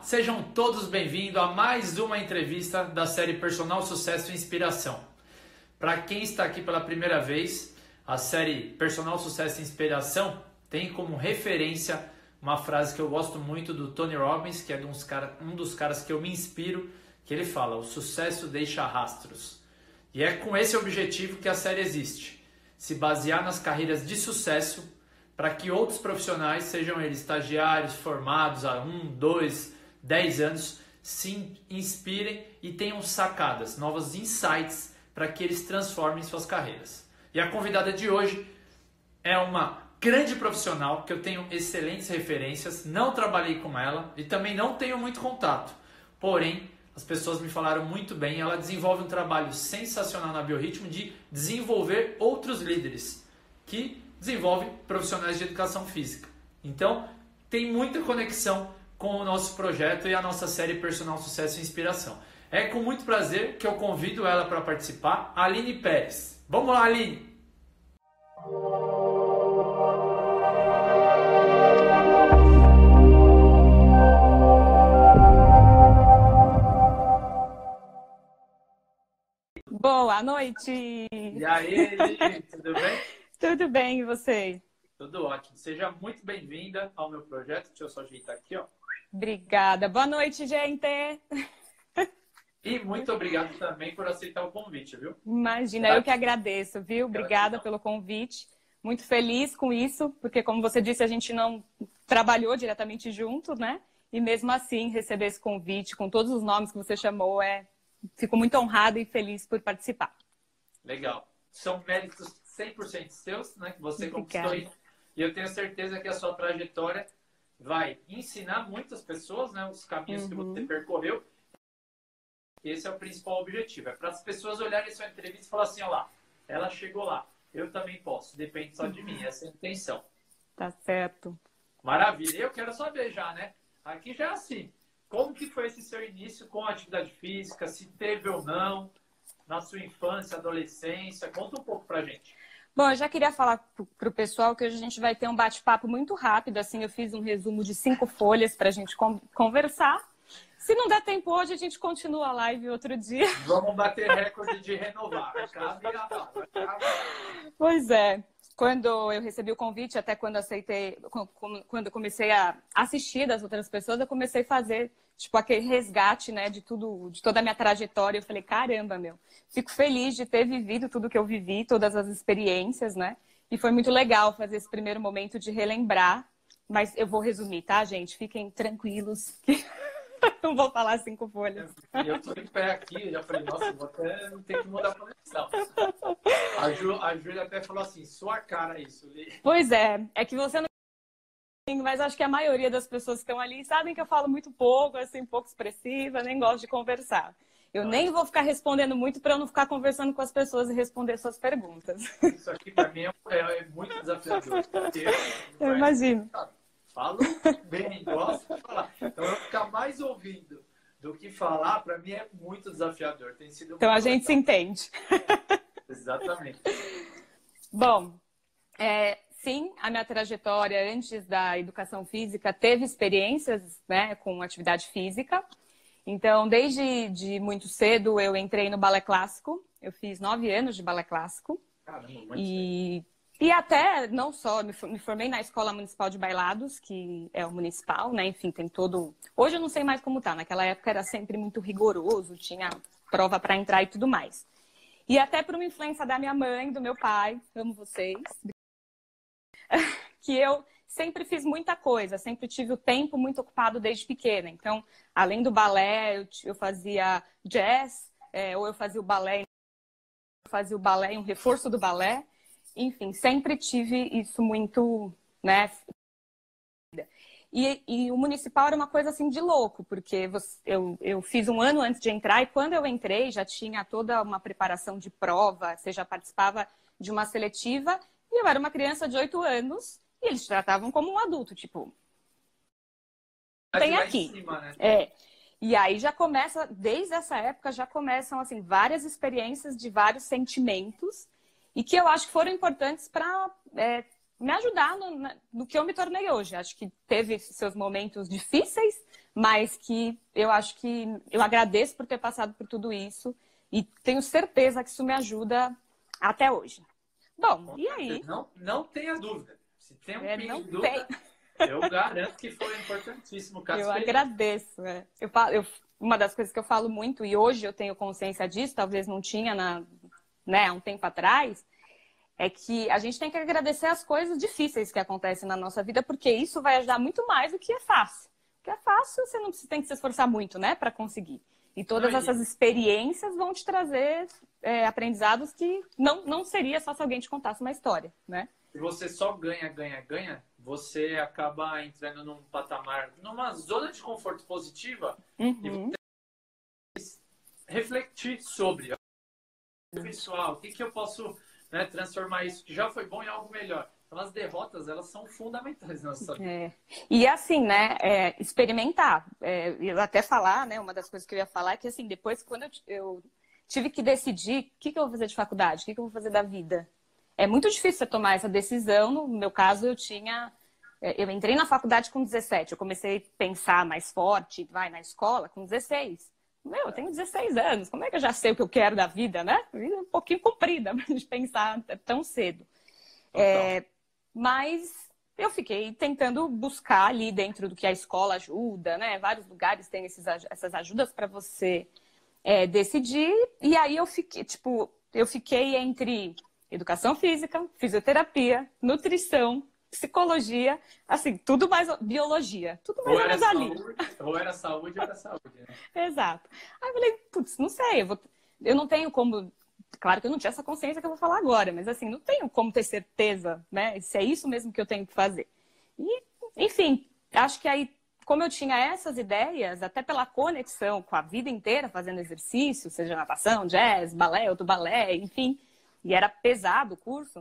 sejam todos bem-vindos a mais uma entrevista da série Personal Sucesso e Inspiração. Para quem está aqui pela primeira vez, a série Personal Sucesso e Inspiração tem como referência uma frase que eu gosto muito do Tony Robbins, que é um dos caras que eu me inspiro, que ele fala: o sucesso deixa rastros. E é com esse objetivo que a série existe: se basear nas carreiras de sucesso para que outros profissionais, sejam eles estagiários, formados há 1, 2, 10 anos, se inspirem e tenham sacadas, novos insights para que eles transformem suas carreiras. E a convidada de hoje é uma grande profissional que eu tenho excelentes referências, não trabalhei com ela e também não tenho muito contato. Porém, as pessoas me falaram muito bem, ela desenvolve um trabalho sensacional na Biorritmo de desenvolver outros líderes que desenvolvem profissionais de educação física. Então, tem muita conexão com o nosso projeto e a nossa série Personal Sucesso e Inspiração. É com muito prazer que eu convido ela para participar, Aline Pérez. Vamos lá, Aline! Boa noite! E aí, tudo bem? Tudo bem, e você? Tudo ótimo. Seja muito bem-vinda ao meu projeto. Deixa eu só ajeitar aqui, ó. Obrigada. Boa noite, gente! E muito obrigado também por aceitar o convite, viu? Imagina, eu que agradeço, viu? Obrigada pelo convite. Muito feliz com isso, porque como você disse, a gente não trabalhou diretamente junto, né? E mesmo assim, receber esse convite com todos os nomes que você chamou, fico muito honrada e feliz por participar. Legal. São méritos 100% seus, né? Que você conquistou aí. E eu tenho certeza que a sua trajetória vai ensinar muitas pessoas, né? Os caminhos que você percorreu. Esse é o principal objetivo. É para as pessoas olharem sua entrevista e falar assim: ó lá, ela chegou lá. Eu também posso. Depende só de mim. Essa é a intenção. Tá certo. Maravilha. Eu quero saber já, né? Aqui já é assim. Como que foi esse seu início com a atividade física? Se teve ou não? Na sua infância, adolescência? Conta um pouco pra gente. Bom, eu já queria falar pro pessoal que hoje a gente vai ter um bate-papo muito rápido. Assim, eu fiz um resumo de 5 folhas pra gente conversar. Se não der tempo hoje, a gente continua a live outro dia. Vamos bater recorde de renovar. Pois é. Quando eu recebi o convite, até quando aceitei, quando eu comecei a assistir das outras pessoas, eu comecei a fazer tipo aquele resgate, né, de tudo, de toda a minha trajetória. Eu falei: caramba, fico feliz de ter vivido tudo que eu vivi, todas as experiências, né? E foi muito legal fazer esse primeiro momento de relembrar. Mas eu vou resumir, tá, gente? Fiquem tranquilos. Não vou falar 5 folhas. Eu tô em pé aqui, eu já falei: nossa, vou até ter que mudar a conexão. A Júlia até falou assim: sua cara isso. Pois é que você não... Mas acho que a maioria das pessoas que estão ali sabem que eu falo muito pouco, assim, pouco expressiva, nem gosto de conversar. Eu nem vou ficar respondendo muito para eu não ficar conversando com as pessoas e responder suas perguntas. Isso aqui para mim é muito desafiador. Eu imagino. Falo bem, gosto de falar. Então eu ficar mais ouvindo do que falar, para mim é muito desafiador. Tem sido então a gente se entende. Exatamente. Bom, sim, a minha trajetória antes da educação física teve experiências, né, com atividade física. Então, desde muito cedo eu entrei no balé clássico. Eu fiz 9 anos de balé clássico. Caramba, E até, não só, me formei na Escola Municipal de Bailados, que é o municipal, né? Enfim, tem todo... Hoje eu não sei mais como tá. Naquela época era sempre muito rigoroso, tinha prova para entrar e tudo mais. E até por uma influência da minha mãe, do meu pai, amo vocês, que eu sempre fiz muita coisa, sempre tive o tempo muito ocupado desde pequena. Então, além do balé, eu fazia jazz, ou eu fazia o balé e um reforço do balé. Enfim, sempre tive isso muito, né? E o municipal era uma coisa assim de louco, porque eu fiz um ano antes de entrar e quando eu entrei já tinha toda uma preparação de prova, você já participava de uma seletiva e eu era uma criança de 8 anos e eles tratavam como um adulto, tipo, tem aqui. Cima, né? E aí já começa, desde essa época já começam assim várias experiências de vários sentimentos e que eu acho que foram importantes para me ajudar no que eu me tornei hoje. Acho que teve seus momentos difíceis, mas que eu acho que eu agradeço por ter passado por tudo isso e tenho certeza que isso me ajuda até hoje. Bom, e aí? Não tenha dúvida. Se tem um pingo Não de dúvida, eu garanto que foi importantíssimo. Eu agradeço. Uma das coisas que eu falo muito, e hoje eu tenho consciência disso, talvez não tinha há um tempo atrás, é que a gente tem que agradecer as coisas difíceis que acontecem na nossa vida, porque isso vai ajudar muito mais do que é fácil. Porque é fácil, você não tem que se esforçar muito, né, para conseguir. E todas essas experiências vão te trazer aprendizados que não seria só se alguém te contasse uma história, né? Se você só ganha, você acaba entrando num patamar, numa zona de conforto positiva e você refletir sobre pessoal, o que eu posso, né, transformar isso que já foi bom em algo melhor. Então as derrotas, elas são fundamentais na nossa vida. E assim, né, experimentar. Eu até falar, né, uma das coisas que eu ia falar é que assim, depois quando eu tive que decidir o que eu vou fazer de faculdade, o que eu vou fazer da vida. É muito difícil você tomar essa decisão. No meu caso, eu entrei na faculdade com 17. Eu comecei a pensar mais forte, na escola, com 16. Eu tenho 16 anos. Como é que eu já sei o que eu quero da vida, né? A vida é um pouquinho comprida pra gente pensar tão cedo. Mas eu fiquei tentando buscar ali dentro do que a escola ajuda, né? Vários lugares têm essas ajudas para você decidir. E aí eu fiquei entre educação física, fisioterapia, nutrição, psicologia, assim, tudo mais biologia, tudo mais ou menos ali. Ou era saúde, ou era saúde, né? Exato. Aí eu falei, putz, não sei, eu não tenho como, claro que eu não tinha essa consciência que eu vou falar agora, mas assim, não tenho como ter certeza, né, se é isso mesmo que eu tenho que fazer. E, enfim, acho que aí, como eu tinha essas ideias, até pela conexão com a vida inteira fazendo exercício, seja natação, jazz, balé, outro balé, enfim, e era pesado o curso,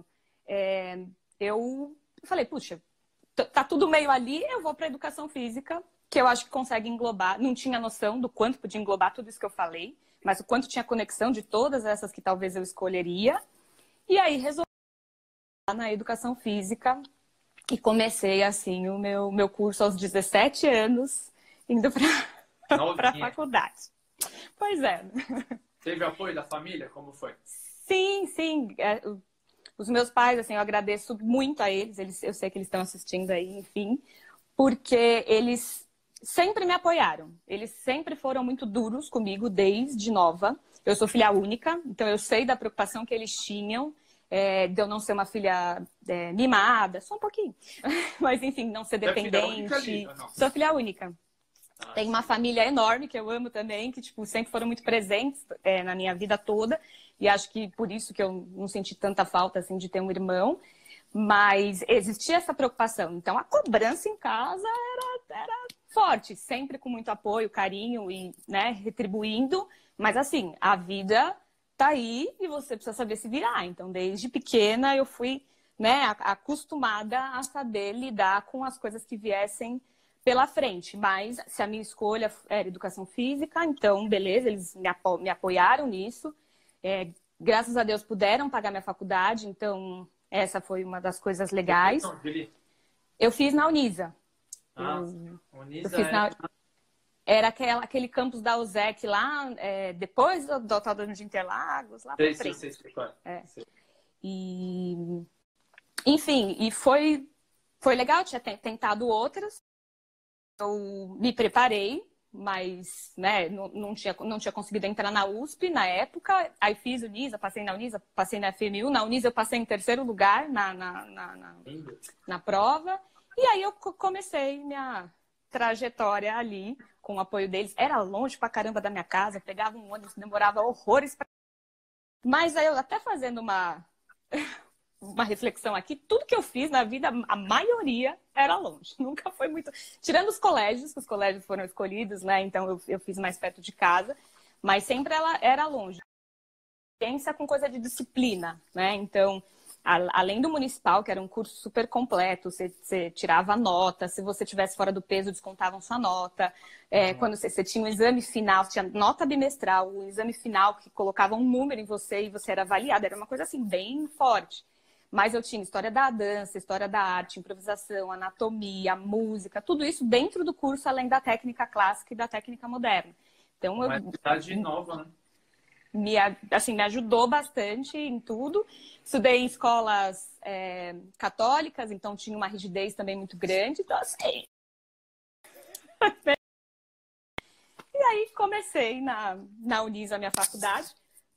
eu falei, puxa, tá tudo meio ali, eu vou para educação física, que eu acho que consegue englobar, não tinha noção do quanto podia englobar tudo isso que eu falei, mas o quanto tinha conexão de todas essas que talvez eu escolheria. E aí resolvi na educação física e comecei assim o meu curso aos 17 anos, indo para a faculdade. Pois é. Teve apoio da família? Como foi? Sim, sim. Os meus pais, assim, eu agradeço muito a eles. Eu sei que eles estão assistindo aí, enfim, porque eles sempre me apoiaram. Eles sempre foram muito duros comigo desde nova. Eu sou filha única, então eu sei da preocupação que eles tinham de eu não ser uma filha mimada, só um pouquinho. Mas, enfim, não ser dependente. Sou filha única. Tem uma família enorme que eu amo também, que tipo, sempre foram muito presentes na minha vida toda. E acho que por isso que eu não senti tanta falta assim, de ter um irmão. Mas existia essa preocupação. Então, a cobrança em casa era forte. Sempre com muito apoio, carinho e, né, retribuindo. Mas assim, a vida tá aí e você precisa saber se virar. Então, desde pequena, eu fui, né, acostumada a saber lidar com as coisas que viessem pela frente, mas se a minha escolha era educação física, então, beleza, eles me apoiaram nisso. Graças a Deus puderam pagar minha faculdade, então essa foi uma das coisas legais. Eu fiz na Unisa. Unisa era aquele campus da USEC lá, depois do Autódromo de Interlagos, lá pra frente. E, enfim, e foi legal, eu tinha tentado outras. Eu me preparei, mas né, não tinha conseguido entrar na USP na época. Aí fiz Unisa, passei na Unisa, passei na FMU. Na Unisa eu passei em terceiro lugar na prova. E aí eu comecei minha trajetória ali, com o apoio deles. Era longe pra caramba da minha casa, eu pegava um ônibus, demorava horrores. Mas aí eu até fazendo uma reflexão aqui, tudo que eu fiz na vida, a maioria era longe. Nunca foi muito... Tirando os colégios, que os colégios foram escolhidos, né? Então eu fiz mais perto de casa, mas sempre ela era longe. Pensa com coisa de disciplina, né? Então, além do municipal, que era um curso super completo, você tirava nota, se você tivesse fora do peso, descontavam sua nota. Quando você tinha um exame final, tinha nota bimestral, um exame final que colocava um número em você e você era avaliado. Era uma coisa assim, bem forte. Mas eu tinha história da dança, história da arte, improvisação, anatomia, música, tudo isso dentro do curso, além da técnica clássica e da técnica moderna. Então, Uma atividade nova, né? Me ajudou bastante em tudo. Estudei em escolas católicas, então tinha uma rigidez também muito grande. Então, assim... E aí comecei na Unisa, a minha faculdade,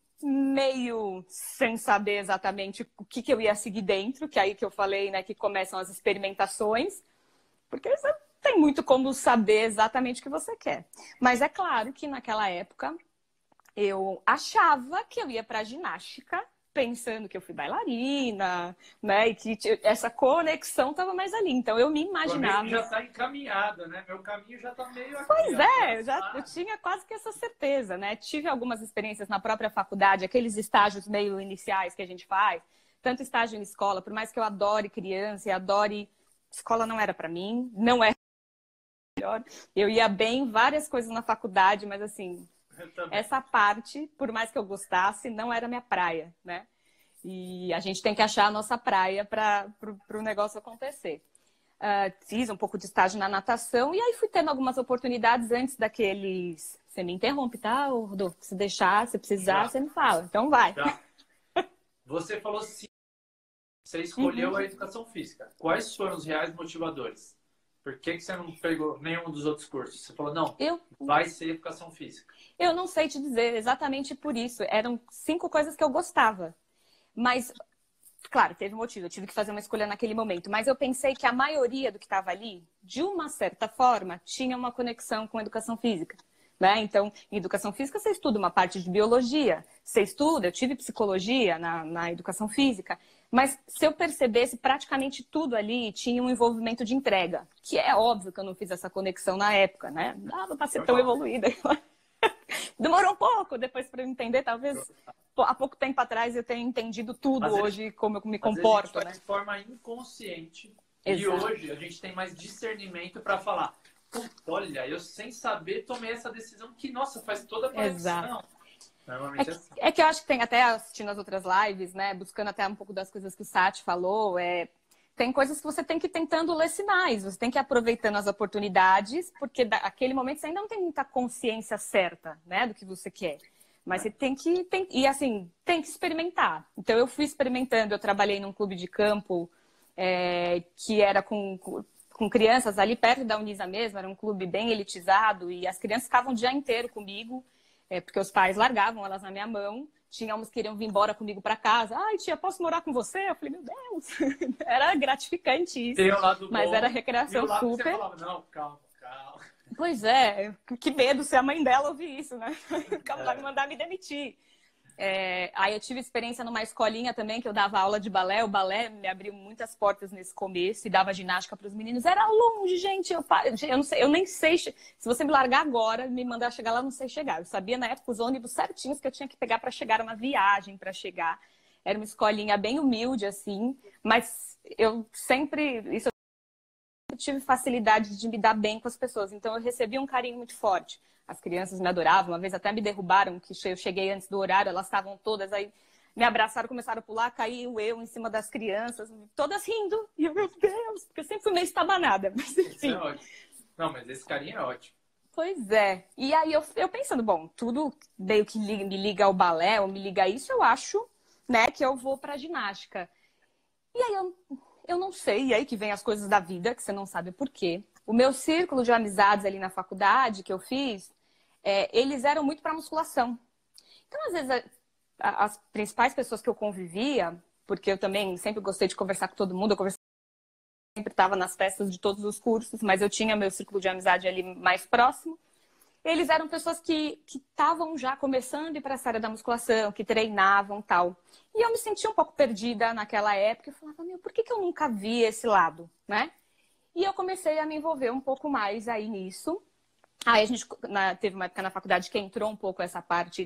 meio sem saber exatamente o que eu ia seguir dentro, que é aí que eu falei, né, que começam as experimentações, porque você tem muito como saber exatamente o que você quer. Mas é claro que naquela época eu achava que eu ia para ginástica, pensando que eu fui bailarina, né? E que essa conexão estava mais ali. Então eu me imaginava. O já está encaminhada, né? Meu caminho já está meio aqui. Pois é, eu tinha quase que essa certeza, né? Tive algumas experiências na própria faculdade, aqueles estágios meio iniciais que a gente faz, tanto estágio em escola, por mais que eu adore criança e adore. Escola não era para mim, não é melhor. Eu ia bem em várias coisas na faculdade, mas assim. Essa parte, por mais que eu gostasse, não era minha praia, né? E a gente tem que achar a nossa praia para o negócio acontecer. Fiz um pouco de estágio na natação e aí fui tendo algumas oportunidades antes daqueles... Você me interrompe, tá, Rodolfo? Se deixar, se precisar, você me fala. Então vai. Já. Você falou sim. Você escolheu a educação física. Quais foram os reais motivadores? Por que você não pegou nenhum dos outros cursos? Você falou, não, vai ser educação física. Eu não sei te dizer exatamente por isso. Eram 5 coisas que eu gostava. Mas, claro, teve um motivo. Eu tive que fazer uma escolha naquele momento. Mas eu pensei que a maioria do que estava ali, de uma certa forma, tinha uma conexão com a educação física. Né? Então, em educação física, você estuda uma parte de biologia. Você estuda, eu tive psicologia na educação física. Mas se eu percebesse, praticamente tudo ali tinha um envolvimento de entrega. Que é óbvio que eu não fiz essa conexão na época, né? Não dava para ser tão evoluída. Demorou um pouco depois para eu entender. Talvez há pouco tempo atrás eu tenha entendido tudo hoje, como eu me comporto. Né? De forma inconsciente. Exato. E hoje a gente tem mais discernimento para falar. Olha, eu sem saber tomei essa decisão que, nossa, faz toda a conexão. Exato. É que eu acho que tem até assistindo as outras lives, né? Buscando até um pouco das coisas que o Sati falou. Tem coisas que você tem que ir tentando ler sinais. Você tem que ir aproveitando as oportunidades, porque naquele momento você ainda não tem muita consciência certa, né? Do que você quer. Mas você tem que experimentar. Então eu fui experimentando. Eu trabalhei num clube de campo que era com crianças ali perto da Unisa mesmo. Era um clube bem elitizado e as crianças ficavam o dia inteiro comigo. Porque os pais largavam elas na minha mão. Tinha uns que queriam vir embora comigo para casa. Ai, tia, posso morar com você? Eu falei, meu Deus. Era gratificante isso. Mas era recreação super. Você falava, não, calma. Pois é, que medo ser a mãe dela ouvir isso, né? Vai me mandar me demitir. Aí eu tive experiência numa escolinha também, que eu dava aula de balé. O balé me abriu muitas portas nesse começo e dava ginástica para os meninos. Era longe, gente. Eu nem sei. Se você me largar agora, me mandar chegar lá, eu não sei chegar. Eu sabia na época os ônibus certinhos que eu tinha que pegar para chegar, uma viagem para chegar. Era uma escolinha bem humilde, assim. Mas eu sempre tive facilidade de me dar bem com as pessoas. Então eu recebi um carinho muito forte. As crianças me adoravam, uma vez até me derrubaram, que eu cheguei antes do horário, elas estavam todas aí, me abraçaram, começaram a pular, caiu eu em cima das crianças, todas rindo. E eu, meu Deus, porque eu sempre fui meio estabanada. Mas enfim. Isso é ótimo. Não, mas esse carinho é ótimo. Pois é. E aí eu pensando, bom, tudo meio que me liga ao balé, ou me liga a isso, eu acho, né, que eu vou pra ginástica. E aí eu não sei, e aí que vem as coisas da vida, que você não sabe por quê. O meu círculo de amizades ali na faculdade que eu fiz, eles eram muito para musculação. Então, às vezes, as principais pessoas que eu convivia, porque eu também sempre gostei de conversar com todo mundo, eu sempre estava nas festas de todos os cursos, mas eu tinha meu círculo de amizade ali mais próximo. Eles eram pessoas que estavam já começando a ir para essa área da musculação, que treinavam tal. E eu me sentia um pouco perdida naquela época. Eu falava, meu, por que eu nunca vi esse lado, né? E eu comecei a me envolver um pouco mais aí nisso. Aí a gente teve uma época na faculdade que entrou um pouco essa parte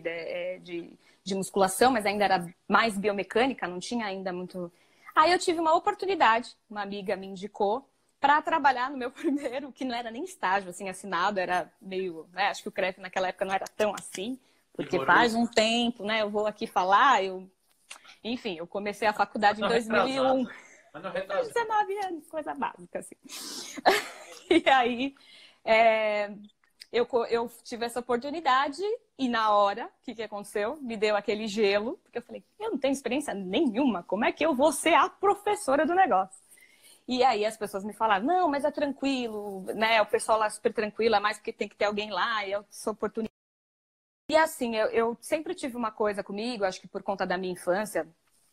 de musculação, mas ainda era mais biomecânica, não tinha ainda muito... Aí eu tive uma oportunidade, uma amiga me indicou, para trabalhar no meu primeiro, que não era nem estágio assim, assinado, era meio... Né, acho que o CREF naquela época não era tão assim, porque faz um tempo, né? Eu vou aqui falar, eu Enfim, eu comecei a faculdade em 2001. Ano retrasado. 19 anos, coisa básica, assim. E aí, eu tive essa oportunidade e na hora, o que aconteceu? Me deu aquele gelo, porque eu falei, eu não tenho experiência nenhuma, como é que eu vou ser a professora do negócio? E aí as pessoas me falaram, não, mas é tranquilo, né? O pessoal lá é super tranquilo, é mais porque tem que ter alguém lá, e é essa oportunidade. E assim, eu sempre tive uma coisa comigo, acho que por conta da minha infância,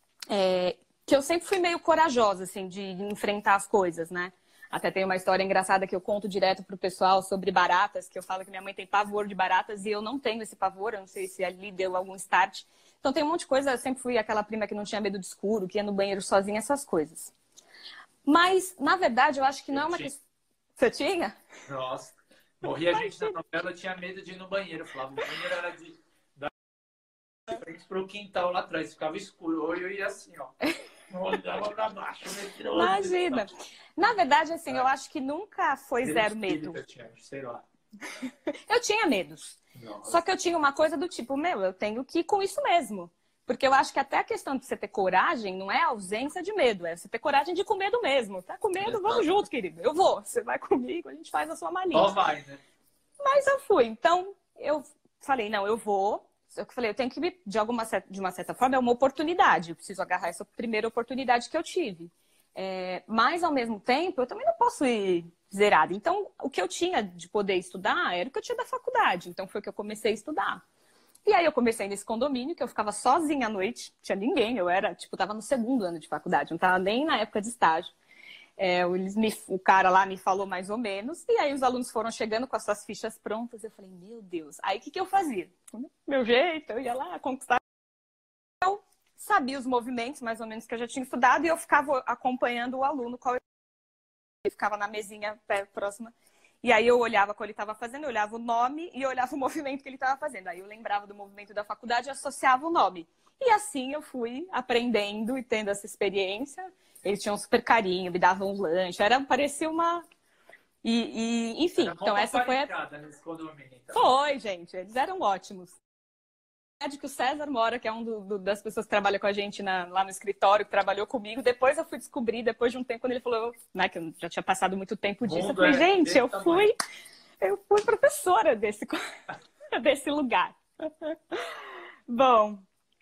que eu sempre fui meio corajosa, assim, de enfrentar as coisas, né? Até tem uma história engraçada que eu conto direto pro pessoal sobre baratas, que eu falo que minha mãe tem pavor de baratas e eu não tenho esse pavor, eu não sei se ali deu algum start. Então tem um monte de coisa, eu sempre fui aquela prima que não tinha medo de escuro, que ia no banheiro sozinha, essas coisas. Mas, na verdade, eu acho que não é uma questão... Você tinha? Nossa, morria gente na novela, eu tinha medo de ir no banheiro. Eu falava, o banheiro era da frente pro quintal lá atrás, ficava escuro. Eu ia assim, ó. Olhava pra baixo. Imagina. Na verdade, assim, eu acho que nunca foi zero medo. Sei lá. Eu tinha medos. Nossa. Só que eu tinha uma coisa do tipo, eu tenho que ir com isso mesmo. Porque eu acho que até a questão de você ter coragem não é ausência de medo, é você ter coragem de ir com medo mesmo. Tá com medo? Vamos junto, querido. Eu vou. Você vai comigo, a gente faz a sua malinha. Só vai, né? Mas eu fui. Então, eu falei, não, eu vou. Eu falei, eu tenho que ir, de uma certa forma, é uma oportunidade. Eu preciso agarrar essa primeira oportunidade que eu tive. Mas, ao mesmo tempo, eu também não posso ir zerada. Então, o que eu tinha de poder estudar era o que eu tinha da faculdade. Então, foi que eu comecei a estudar. E aí, eu comecei nesse condomínio, que eu ficava sozinha à noite. Não tinha ninguém. Eu era, tava no segundo ano de faculdade. Não tava nem na época de estágio. O cara lá me falou mais ou menos. E aí, os alunos foram chegando com as suas fichas prontas. Eu falei, meu Deus. Aí, o que eu fazia? Meu jeito, eu ia lá conquistar. Eu sabia os movimentos, mais ou menos, que eu já tinha estudado. E eu ficava acompanhando o aluno. Ele ficava na mesinha próxima. E aí eu olhava o que ele estava fazendo, eu olhava o nome e eu olhava o movimento que ele estava fazendo. Aí eu lembrava do movimento da faculdade e associava o nome. E assim eu fui aprendendo e tendo essa experiência. Eles tinham um super carinho, me davam um lanche. Parecia uma... enfim, então essa foi nesse condomínio, então. Foi, gente. Eles eram ótimos. Que o César Mora, que é das pessoas que trabalha com a gente lá no escritório, que trabalhou comigo. Depois eu fui descobrir, depois de um tempo, quando ele falou, né, que eu já tinha passado muito tempo disso, eu falei, gente, eu fui professora desse lugar. Bom,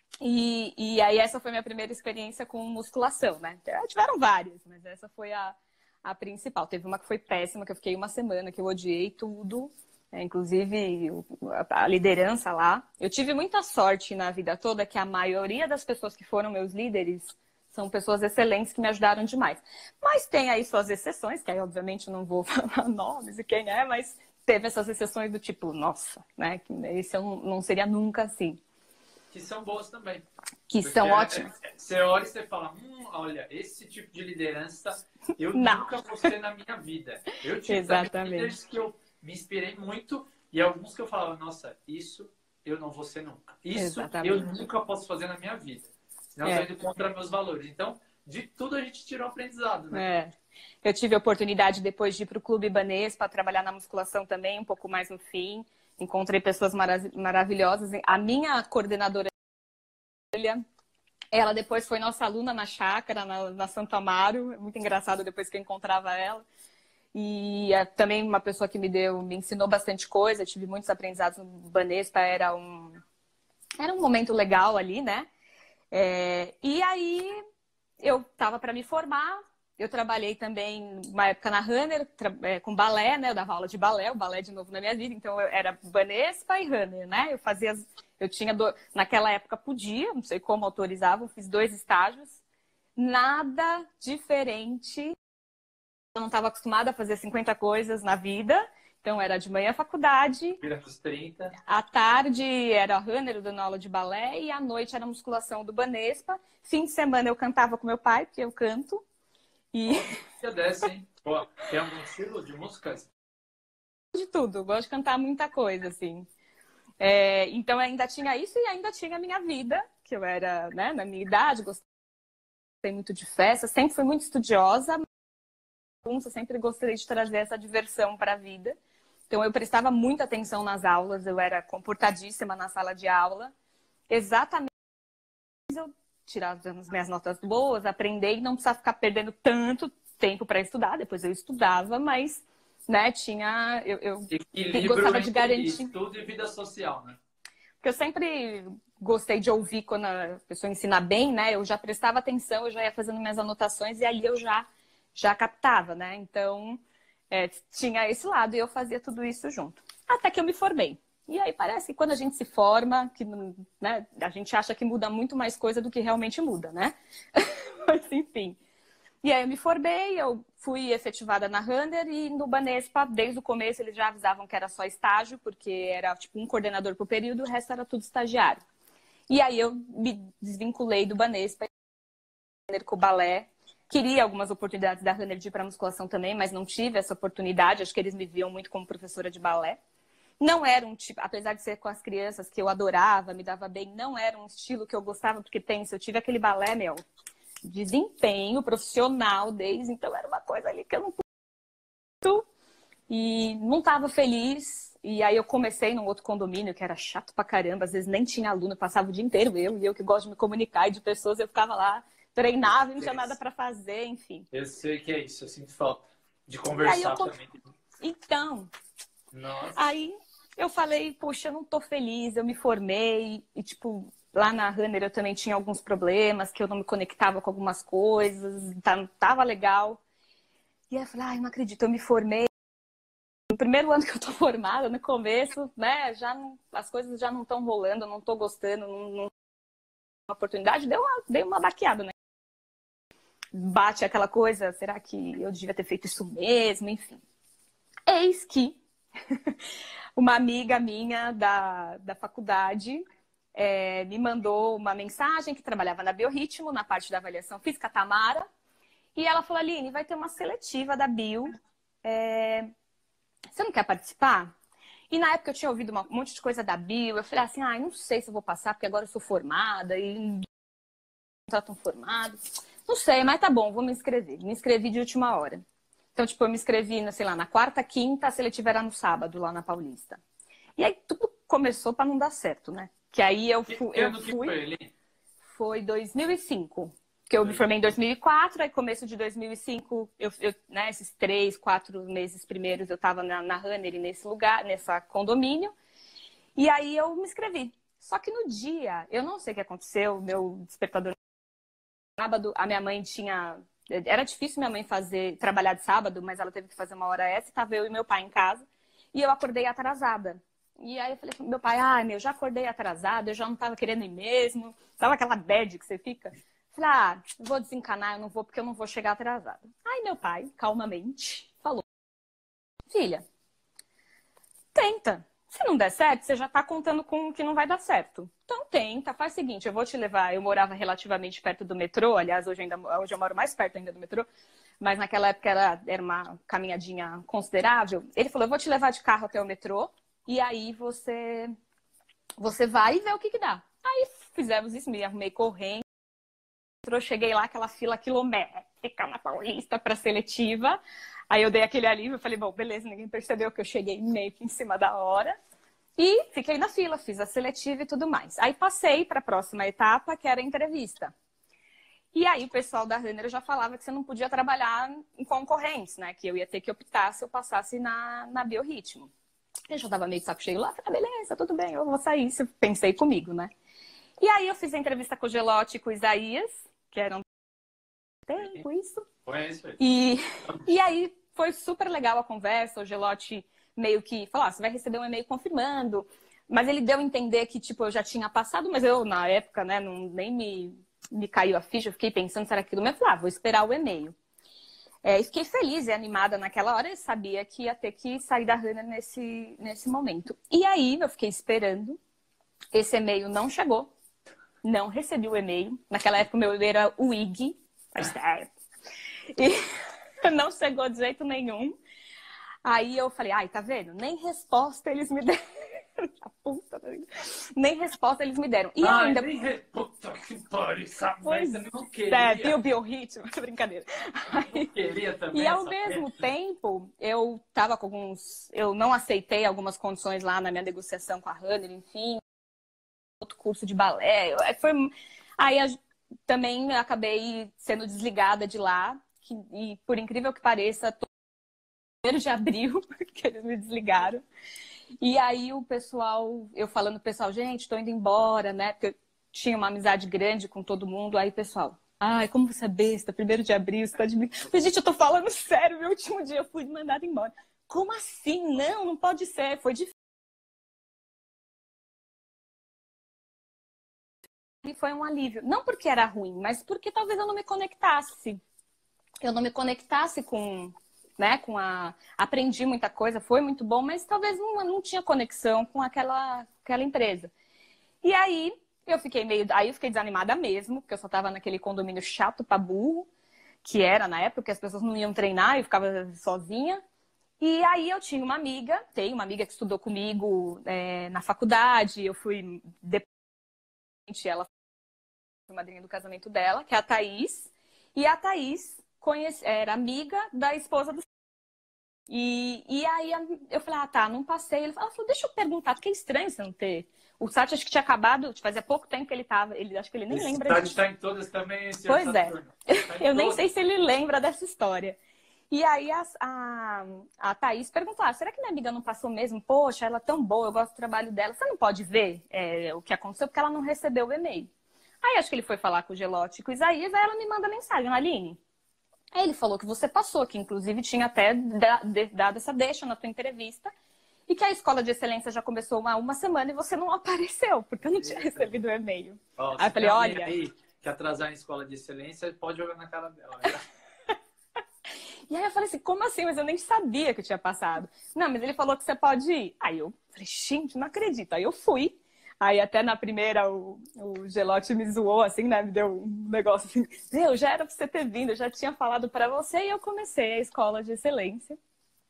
e aí essa foi minha primeira experiência com musculação, né? Tiveram várias, mas essa foi a principal. Teve uma que foi péssima, que eu fiquei uma semana, que eu odiei tudo. Inclusive a liderança lá. Eu tive muita sorte na vida toda que a maioria das pessoas que foram meus líderes são pessoas excelentes que me ajudaram demais. Mas tem aí suas exceções, que aí obviamente eu não vou falar nomes e quem é, mas teve essas exceções do tipo, nossa, né? Que esse eu não seria nunca assim. Que são boas também. Que são ótimas. Você olha e você fala, olha, esse tipo de liderança eu nunca vou ter na minha vida. Eu tive líderes que eu me inspirei muito e alguns que eu falava, nossa, isso eu não vou ser nunca. Isso eu nunca posso fazer na minha vida. Senão eu estou indo contra meus valores. Então, de tudo a gente tirou aprendizado, né? Eu tive a oportunidade depois de ir para o Clube Ibanês para trabalhar na musculação também, um pouco mais no fim. Encontrei pessoas maravilhosas. A minha coordenadora, ela depois foi nossa aluna na chácara, na Santo Amaro. É muito engraçado depois que eu encontrava ela. E também uma pessoa que me ensinou bastante coisa. Eu tive muitos aprendizados no Banespa. Era um momento legal ali, né? E aí eu estava para me formar. Eu trabalhei também uma época na Runner, com balé, né? Eu dava aula de balé, o balé de novo na minha vida. Então, eu era Banespa e Runner, né? Eu tinha, naquela época podia, não sei como autorizavam, fiz 2 estágios. Nada diferente. Eu não estava acostumada a fazer 50 coisas na vida. Então, era de manhã a faculdade. Vira pros 30. À tarde era Runner, dando aula de balé. E à noite era musculação do Banespa. Fim de semana eu cantava com meu pai, porque eu canto. Que desce, hein? Pô, tem algum estilo de músicas? De tudo, gosto de cantar muita coisa, assim. Então ainda tinha isso e ainda tinha a minha vida, que eu era, né, na minha idade, gostei muito de festa, sempre fui muito estudiosa, sempre gostei de trazer essa diversão para a vida. Então eu prestava muita atenção nas aulas, eu era comportadíssima na sala de aula. Exatamente, eu tirar as minhas notas boas, aprender e não precisar ficar perdendo tanto tempo para estudar. Depois eu estudava, mas, né, eu Equilíbrio gostava de entre garantir. estudo e vida social, né? Porque eu sempre gostei de ouvir quando a pessoa ensina bem, né? Eu já prestava atenção, eu já ia fazendo minhas anotações e ali eu já captava, né? Então, tinha esse lado e eu fazia tudo isso junto. Até que eu me formei. E aí parece que quando a gente se forma, que, né, a gente acha que muda muito mais coisa do que realmente muda, né? Mas enfim. E aí eu me formei, eu fui efetivada na Runner e no Banespa, desde o começo, eles já avisavam que era só estágio, porque era tipo um coordenador por período, o resto era tudo estagiário. E aí eu me desvinculei do Banespa com o balé. Queria algumas oportunidades da Runner de ir para musculação também, mas não tive essa oportunidade. Acho que eles me viam muito como professora de balé. Não era um tipo, apesar de ser com as crianças que eu adorava, me dava bem, não era um estilo que eu gostava, porque pensa, eu tive aquele balé, meu, desempenho profissional desde, então era uma coisa ali que eu não pude e não estava feliz. E aí eu comecei num outro condomínio que era chato pra caramba, às vezes nem tinha aluno, passava o dia inteiro eu que gosto de me comunicar e de pessoas, eu ficava lá, treinava e não tinha nada para fazer, enfim. Eu sei que é isso, eu sinto falta de E aí conversar também. Então, Nossa. aí eu falei, poxa, eu não tô feliz, eu me formei e tipo, lá na Runner eu também tinha alguns problemas, que eu não me conectava com algumas coisas, não tava legal. E aí eu falei, ai, não acredito, eu me formei. No primeiro ano que eu tô formada, no começo, né, as coisas já não estão rolando, eu não tô gostando, não uma oportunidade, dei uma baqueada, né? Bate aquela coisa, será que eu devia ter feito isso mesmo? Enfim. Eis que uma amiga minha da faculdade me mandou uma mensagem que trabalhava na Biorritmo, na parte da avaliação física, Tamara, e ela falou, Aline, vai ter uma seletiva da Bio, você não quer participar? E na época eu tinha ouvido um monte de coisa da Bio, eu falei assim, não sei se eu vou passar, porque agora eu sou formada e não tá tão formado. Não sei, mas tá bom, vou me inscrever. Me inscrevi de última hora. Então, tipo, eu me inscrevi, sei lá, na quarta, quinta, a seletiva era no sábado, lá na Paulista. E aí tudo começou para não dar certo, né? Que aí eu fui... Que foi, Eli? Foi 2005. Que eu me formei em 2004, aí começo de 2005, né, esses 3, 4 meses primeiros eu estava na Runner, nesse lugar, nessa condomínio. E aí eu me inscrevi. Só que no dia, eu não sei o que aconteceu, meu despertador sábado, a minha mãe tinha... Era difícil minha mãe trabalhar de sábado, mas ela teve que fazer uma hora extra, estava eu e meu pai em casa. E eu acordei atrasada. E aí eu falei pro meu pai, já acordei atrasada, eu já não tava querendo ir mesmo. Tava aquela bad que você fica. Falei, vou desencanar, eu não vou porque eu não vou chegar atrasada. Aí meu pai, calmamente, falou, filha, tenta. Se não der certo, você já tá contando com o que não vai dar certo. Então tenta, faz o seguinte, eu vou te levar. Eu morava relativamente perto do metrô, aliás, hoje eu moro mais perto ainda do metrô, mas naquela época era uma caminhadinha considerável. Ele falou, eu vou te levar de carro até o metrô, e aí você vai e vê o que dá. Aí fizemos isso, me arrumei correndo. Cheguei lá, aquela fila quilométrica na Paulista para seletiva. Aí eu dei aquele alívio, falei, bom, beleza, ninguém percebeu que eu cheguei meio que em cima da hora. E fiquei na fila, fiz a seletiva e tudo mais. Aí passei para a próxima etapa, que era a entrevista. E aí o pessoal da Runner já falava que você não podia trabalhar em concorrentes, né? Que eu ia ter que optar se eu passasse na Biorritmo. Eu já tava meio de saco cheio lá, falei, beleza, tudo bem, eu vou sair. Pensei comigo, né? E aí eu fiz a entrevista com o Gelotti e com o Isaías, que eram tempo isso. E aí foi super legal a conversa, o Gelotti meio que falou, você vai receber um e-mail confirmando, mas ele deu a entender que, tipo, eu já tinha passado, mas eu, na época, né, nem me caiu a ficha, eu fiquei pensando, será aquilo? Mas eu falei, vou esperar o e-mail. E fiquei feliz e animada naquela hora, eu sabia que ia ter que sair da Runner nesse momento. E aí eu fiquei esperando, esse e-mail não chegou, não recebi o e-mail. Naquela época o meu e-mail era o IG, e não chegou de jeito nenhum. Aí eu falei, tá vendo? Nem resposta eles me deram. A puta, nem resposta eles me deram. E ainda... Puta que pariu, sabe? Pois não queria. viu, biorritmo, brincadeira. Não queria também. E ao mesmo tempo, eu tava com eu não aceitei algumas condições lá na minha negociação com a Runner, enfim, outro curso de balé. Aí também acabei sendo desligada de lá. E por incrível que pareça, 1º de abril que eles me desligaram. E aí o pessoal, eu falando pro pessoal, gente, estou indo embora, né? Porque eu tinha uma amizade grande com todo mundo. Aí o pessoal, ai, como você é besta, 1º de abril, você tá de mim. Mas, gente, eu tô falando sério, meu último dia eu fui mandada embora. Como assim? Não, não pode ser. Foi difícil. E foi um alívio. Não porque era ruim, mas porque talvez eu não me conectasse. Eu não me conectasse com, né, com a... Aprendi muita coisa, foi muito bom, mas talvez não tinha conexão com aquela empresa. E aí eu fiquei desanimada mesmo, porque eu só tava naquele condomínio chato pra burro, que era na época que as pessoas não iam treinar, eu ficava sozinha. E aí eu tinha uma amiga, tenho uma amiga que estudou comigo na faculdade, eu fui depois, ela foi madrinha do casamento dela, que é a Thaís, e a Thaís era amiga da esposa do... E aí eu falei, tá, não passei. Ela falou, deixa eu perguntar, porque é estranho você não ter... O site acho que tinha acabado, fazia pouco tempo que ele tava, acho que ele nem lembra disso. O disso. site está em todas também, Pois é, eu nem todas. sei se ele lembra dessa história. E aí a Thaís perguntou, será que minha amiga não passou mesmo? Poxa, ela é tão boa, eu gosto do trabalho dela. Você não pode ver o que aconteceu? Porque ela não recebeu o e-mail. Aí acho que ele foi falar com o Gelotti e com o Isaías, aí ela me manda mensagem, Aline. Aí ele falou que você passou, que inclusive tinha até dado essa deixa na tua entrevista, e que a escola de excelência já começou há uma semana e você não apareceu, porque eu não tinha recebido o e-mail. Aí eu falei, olha... Aí que atrasar em escola de excelência, pode jogar na cara dela. Né? E aí eu falei assim, como assim? Mas eu nem sabia que eu tinha passado. Não, mas ele falou que você pode ir. Aí eu falei, gente, não acredito. Aí eu fui. Aí até na primeira o Gelotti me zoou, assim, né? Me deu um negócio assim. Meu, já era pra você ter vindo, eu já tinha falado pra você. E eu comecei a escola de excelência.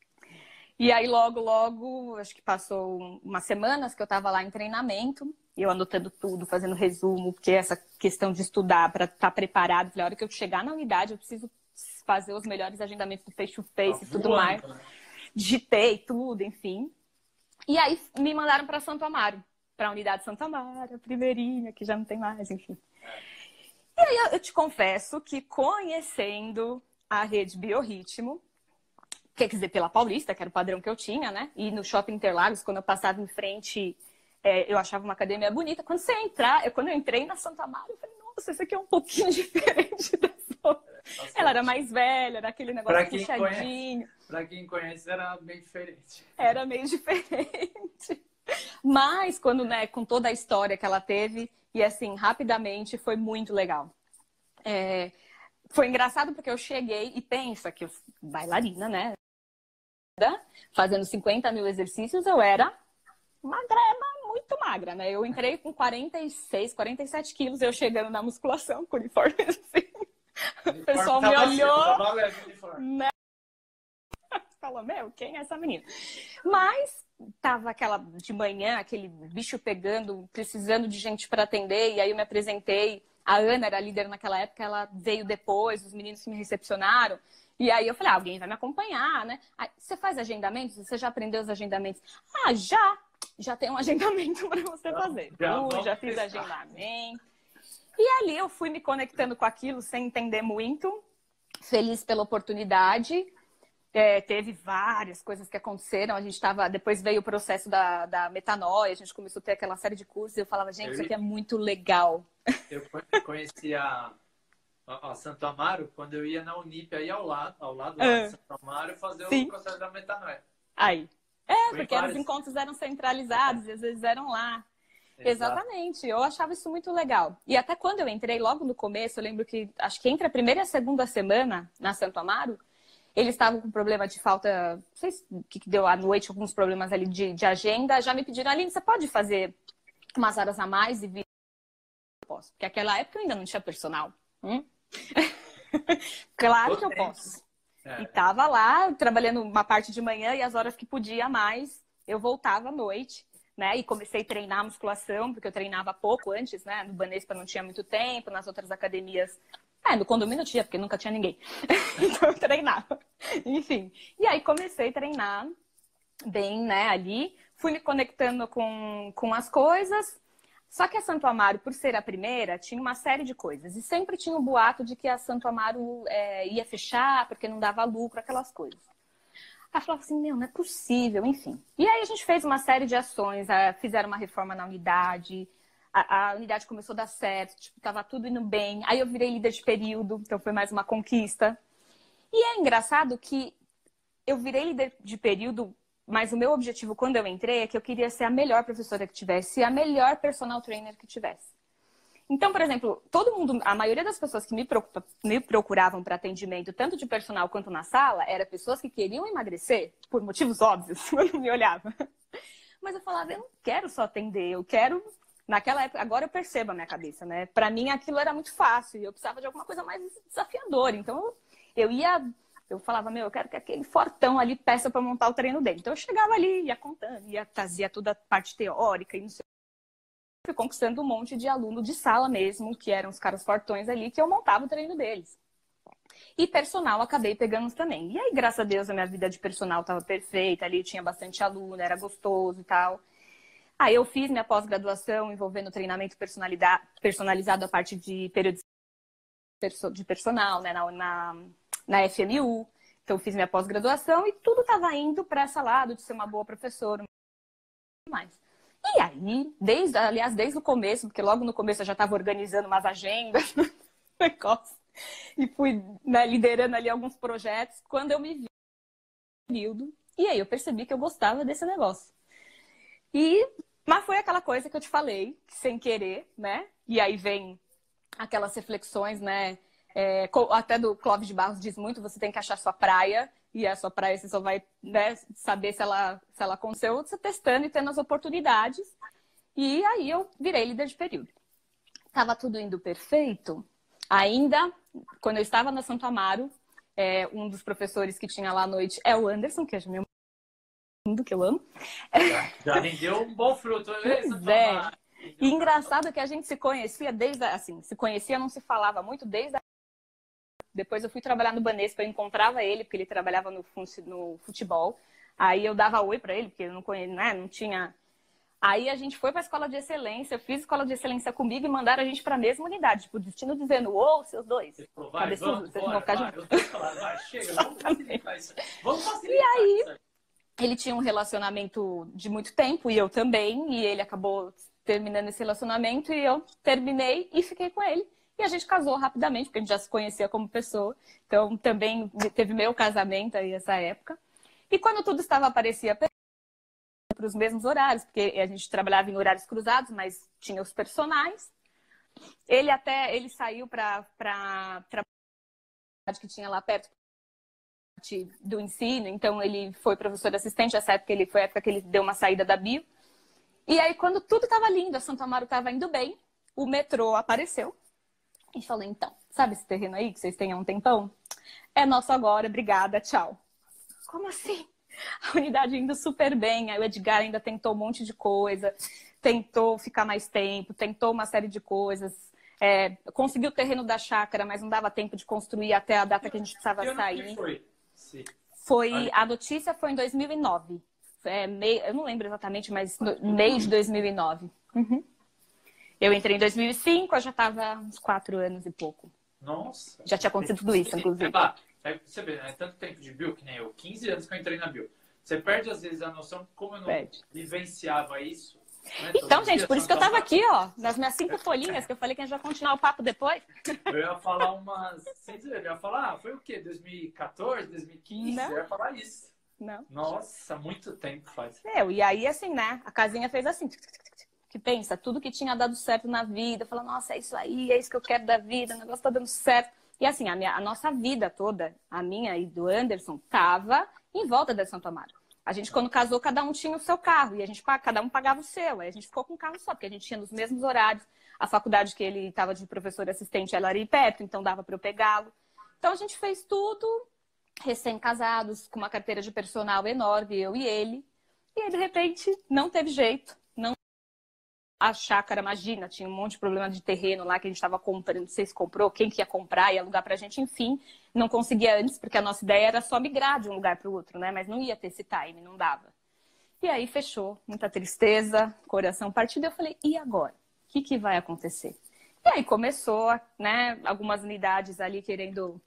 E aí logo, acho que passou umas semanas que eu tava lá em treinamento. Eu anotando tudo, fazendo resumo. Porque essa questão de estudar pra estar preparado. Falei, a hora que eu chegar na unidade, eu preciso fazer os melhores agendamentos do face-to-face e tudo mais. Né? Digitei tudo, enfim. E aí me mandaram para Santo Amaro, para a unidade Santo Amaro, a primeirinha, que já não tem mais, enfim. E aí eu te confesso que conhecendo a rede Biorritmo, quer dizer, pela Paulista, que era o padrão que eu tinha, né? E no Shopping Interlagos, quando eu passava em frente, eu achava uma academia bonita. Quando eu entrei na Santo Amaro, eu falei, nossa, isso aqui é um pouquinho diferente das outras. Ela era mais velha, era aquele negócio puxadinho. Para quem conhece, era bem diferente. Era meio diferente. Mas, quando, né, com toda a história que ela teve, e assim, rapidamente, foi muito legal. Foi engraçado porque eu cheguei e pensa que eu, bailarina, né? Fazendo 50 mil exercícios, eu era muito magra, né? Eu entrei com 46, 47 quilos, eu chegando na musculação com o uniforme assim. O pessoal me olhou, né? Falou, meu, quem é essa menina? Mas tava aquela de manhã, aquele bicho pegando, precisando de gente para atender, e aí eu me apresentei. A Ana era líder naquela época, ela veio depois, os meninos que me recepcionaram. E aí eu falei, alguém vai me acompanhar, né? Aí, você faz agendamentos? Você já aprendeu os agendamentos? Ah, já tem um agendamento para você fazer. Já fiz agendamento. E ali eu fui me conectando com aquilo sem entender muito, feliz pela oportunidade. Teve várias coisas que aconteceram. A gente estava. Depois veio o processo da metanoia, a gente começou a ter aquela série de cursos e eu falava, gente, isso aqui é muito legal. Eu conheci a Santo Amaro quando eu ia na Unip, aí ao lado de Santo Amaro, fazer o processo da metanoia. Aí. Porque os encontros eram centralizados e às vezes eram lá. Exato. Exatamente, eu achava isso muito legal. E até quando eu entrei, logo no começo, eu lembro que, acho que entre a primeira e a segunda semana na Santo Amaro, eles estavam com problema de falta, não sei o que deu à noite, alguns problemas ali de agenda, já me pediram, Aline, você pode fazer umas horas a mais e vir? Eu posso, porque naquela época eu ainda não tinha personal. Claro que eu posso. E tava lá, trabalhando uma parte de manhã e as horas que podia a mais, eu voltava à noite. Né? E comecei a treinar musculação, porque eu treinava pouco antes, né? No Banespa não tinha muito tempo, nas outras academias... no condomínio tinha, porque nunca tinha ninguém. Então eu treinava. Enfim. E aí comecei a treinar bem, né, ali. Fui me conectando com as coisas. Só que a Santo Amaro, por ser a primeira, tinha uma série de coisas. E sempre tinha um boato de que a Santo Amaro ia fechar porque não dava lucro, aquelas coisas. Aí eu falava assim, meu, não é possível, enfim. E aí a gente fez uma série de ações, fizeram uma reforma na unidade, a unidade começou a dar certo, tipo, tava tudo indo bem. Aí eu virei líder de período, então foi mais uma conquista. E é engraçado que eu virei líder de período, mas o meu objetivo quando eu entrei é que eu queria ser a melhor professora que tivesse e a melhor personal trainer que tivesse. Então, por exemplo, todo mundo, a maioria das pessoas que me procuravam para atendimento, tanto de personal quanto na sala, eram pessoas que queriam emagrecer, por motivos óbvios, quando me olhava. Mas eu falava, eu não quero só atender, eu quero... Naquela época, agora eu percebo a minha cabeça, né? Para mim aquilo era muito fácil e eu precisava de alguma coisa mais desafiadora. Então, eu falava, meu, eu quero que aquele fortão ali peça para montar o treino dele. Então eu chegava ali, ia contando, fazia toda a parte teórica e não sei. Fui conquistando um monte de aluno de sala mesmo, que eram os caras fortões ali, que eu montava o treino deles. E personal acabei pegando também. E aí, graças a Deus, a minha vida de personal estava perfeita, ali tinha bastante aluno, era gostoso e tal. Aí eu fiz minha pós-graduação envolvendo treinamento personalizado a parte de período de personal, né, na FMU. Então eu fiz minha pós-graduação e tudo estava indo para esse lado de ser uma boa professora e mais. E aí, desde o começo, porque logo no começo eu já estava organizando umas agendas, negócio, e fui, né, liderando ali alguns projetos, quando eu me vi no período, e aí eu percebi que eu gostava desse negócio. Mas foi aquela coisa que eu te falei, sem querer, né? E aí vem aquelas reflexões, né? Até do Clóvis de Barros diz muito, você tem que achar sua praia, e a sua praia você só vai, né, saber se ela aconteceu, você testando e tendo as oportunidades. E aí eu virei líder de período. Tava tudo indo perfeito. Ainda, quando eu estava na Santo Amaro, um dos professores que tinha lá à noite é o Anderson, que é meu mundo, que eu amo. Já rendeu um bom fruto, né? Pois é. E engraçado que a gente se conhecia se conhecia, não se falava muito depois eu fui trabalhar no Banespa, eu encontrava ele, porque ele trabalhava no futebol. Aí eu dava oi pra ele, porque eu não conhecia, né? Não tinha... Aí a gente foi pra escola de excelência, eu fiz escola de excelência comigo e mandaram a gente pra mesma unidade. Tipo, o destino dizendo, ô, seus dois. Cabeçudos, vocês vão ficar juntos. Chega, vamos facilitar isso. Vamos facilitar e aí, ele tinha um relacionamento de muito tempo, e eu também, e ele acabou terminando esse relacionamento, e eu terminei e fiquei com ele. E a gente casou rapidamente, porque a gente já se conhecia como pessoa. Então, também teve meu casamento aí nessa época. E quando tudo parecia para os mesmos horários, porque a gente trabalhava em horários cruzados, mas tinha os personagens. Ele saiu para que tinha lá perto do ensino, então ele foi professor assistente, essa época foi a época que ele deu uma saída da bio. E aí, quando tudo estava lindo, a Santo Amaro estava indo bem, o metrô apareceu e falou, então, sabe esse terreno aí que vocês têm há um tempão? É nosso agora, obrigada, tchau. Como assim? A unidade indo super bem, aí o Edgar ainda tentou um monte de coisa, tentou ficar mais tempo, tentou uma série de coisas, conseguiu o terreno da chácara, mas não dava tempo de construir até a data que a gente precisava sair. A notícia foi em 2009. Eu não lembro exatamente, mas no mês de 2009. Uhum. Eu entrei em 2005, eu já estava uns 4 anos e pouco. Nossa. Já tinha acontecido tudo isso, inclusive. Você vê, né? Tanto tempo de bio que nem eu. 15 anos que eu entrei na bio. Você perde, às vezes, a noção de como eu não vivenciava isso. Né? Então, gente, por isso que eu tava aqui, ó, nas minhas 5 folhinhas, que eu falei que a gente vai continuar o papo depois. Eu ia falar umas... Sem dizer, eu ia falar, foi o quê? 2014, 2015? Não. Eu ia falar isso. Não. Nossa, muito tempo faz. E aí, assim, né? A casinha fez assim. Que pensa, tudo que tinha dado certo na vida. Fala, nossa, é isso aí, é isso que eu quero da vida, o negócio tá dando certo. E assim, a nossa vida toda, a minha e do Anderson, tava em volta da Santo Amaro. A gente, quando casou, cada um tinha o seu carro. E cada um pagava o seu. Aí a gente ficou com um carro só, porque a gente tinha nos mesmos horários. A faculdade que ele estava de professor assistente, ela era aí perto, então dava para eu pegá-lo. Então a gente fez tudo recém-casados, com uma carteira de personal enorme, eu e ele. E aí, de repente, não teve jeito. A chácara, imagina, tinha um monte de problema de terreno lá que a gente estava comprando, não sei se comprou, quem que ia comprar, ia alugar pra gente, enfim. Não conseguia antes, porque a nossa ideia era só migrar de um lugar para o outro, né? Mas não ia ter esse time, não dava. E aí fechou, muita tristeza, coração partido. Eu falei, e agora? que vai acontecer? E aí começou, né, algumas unidades ali querendo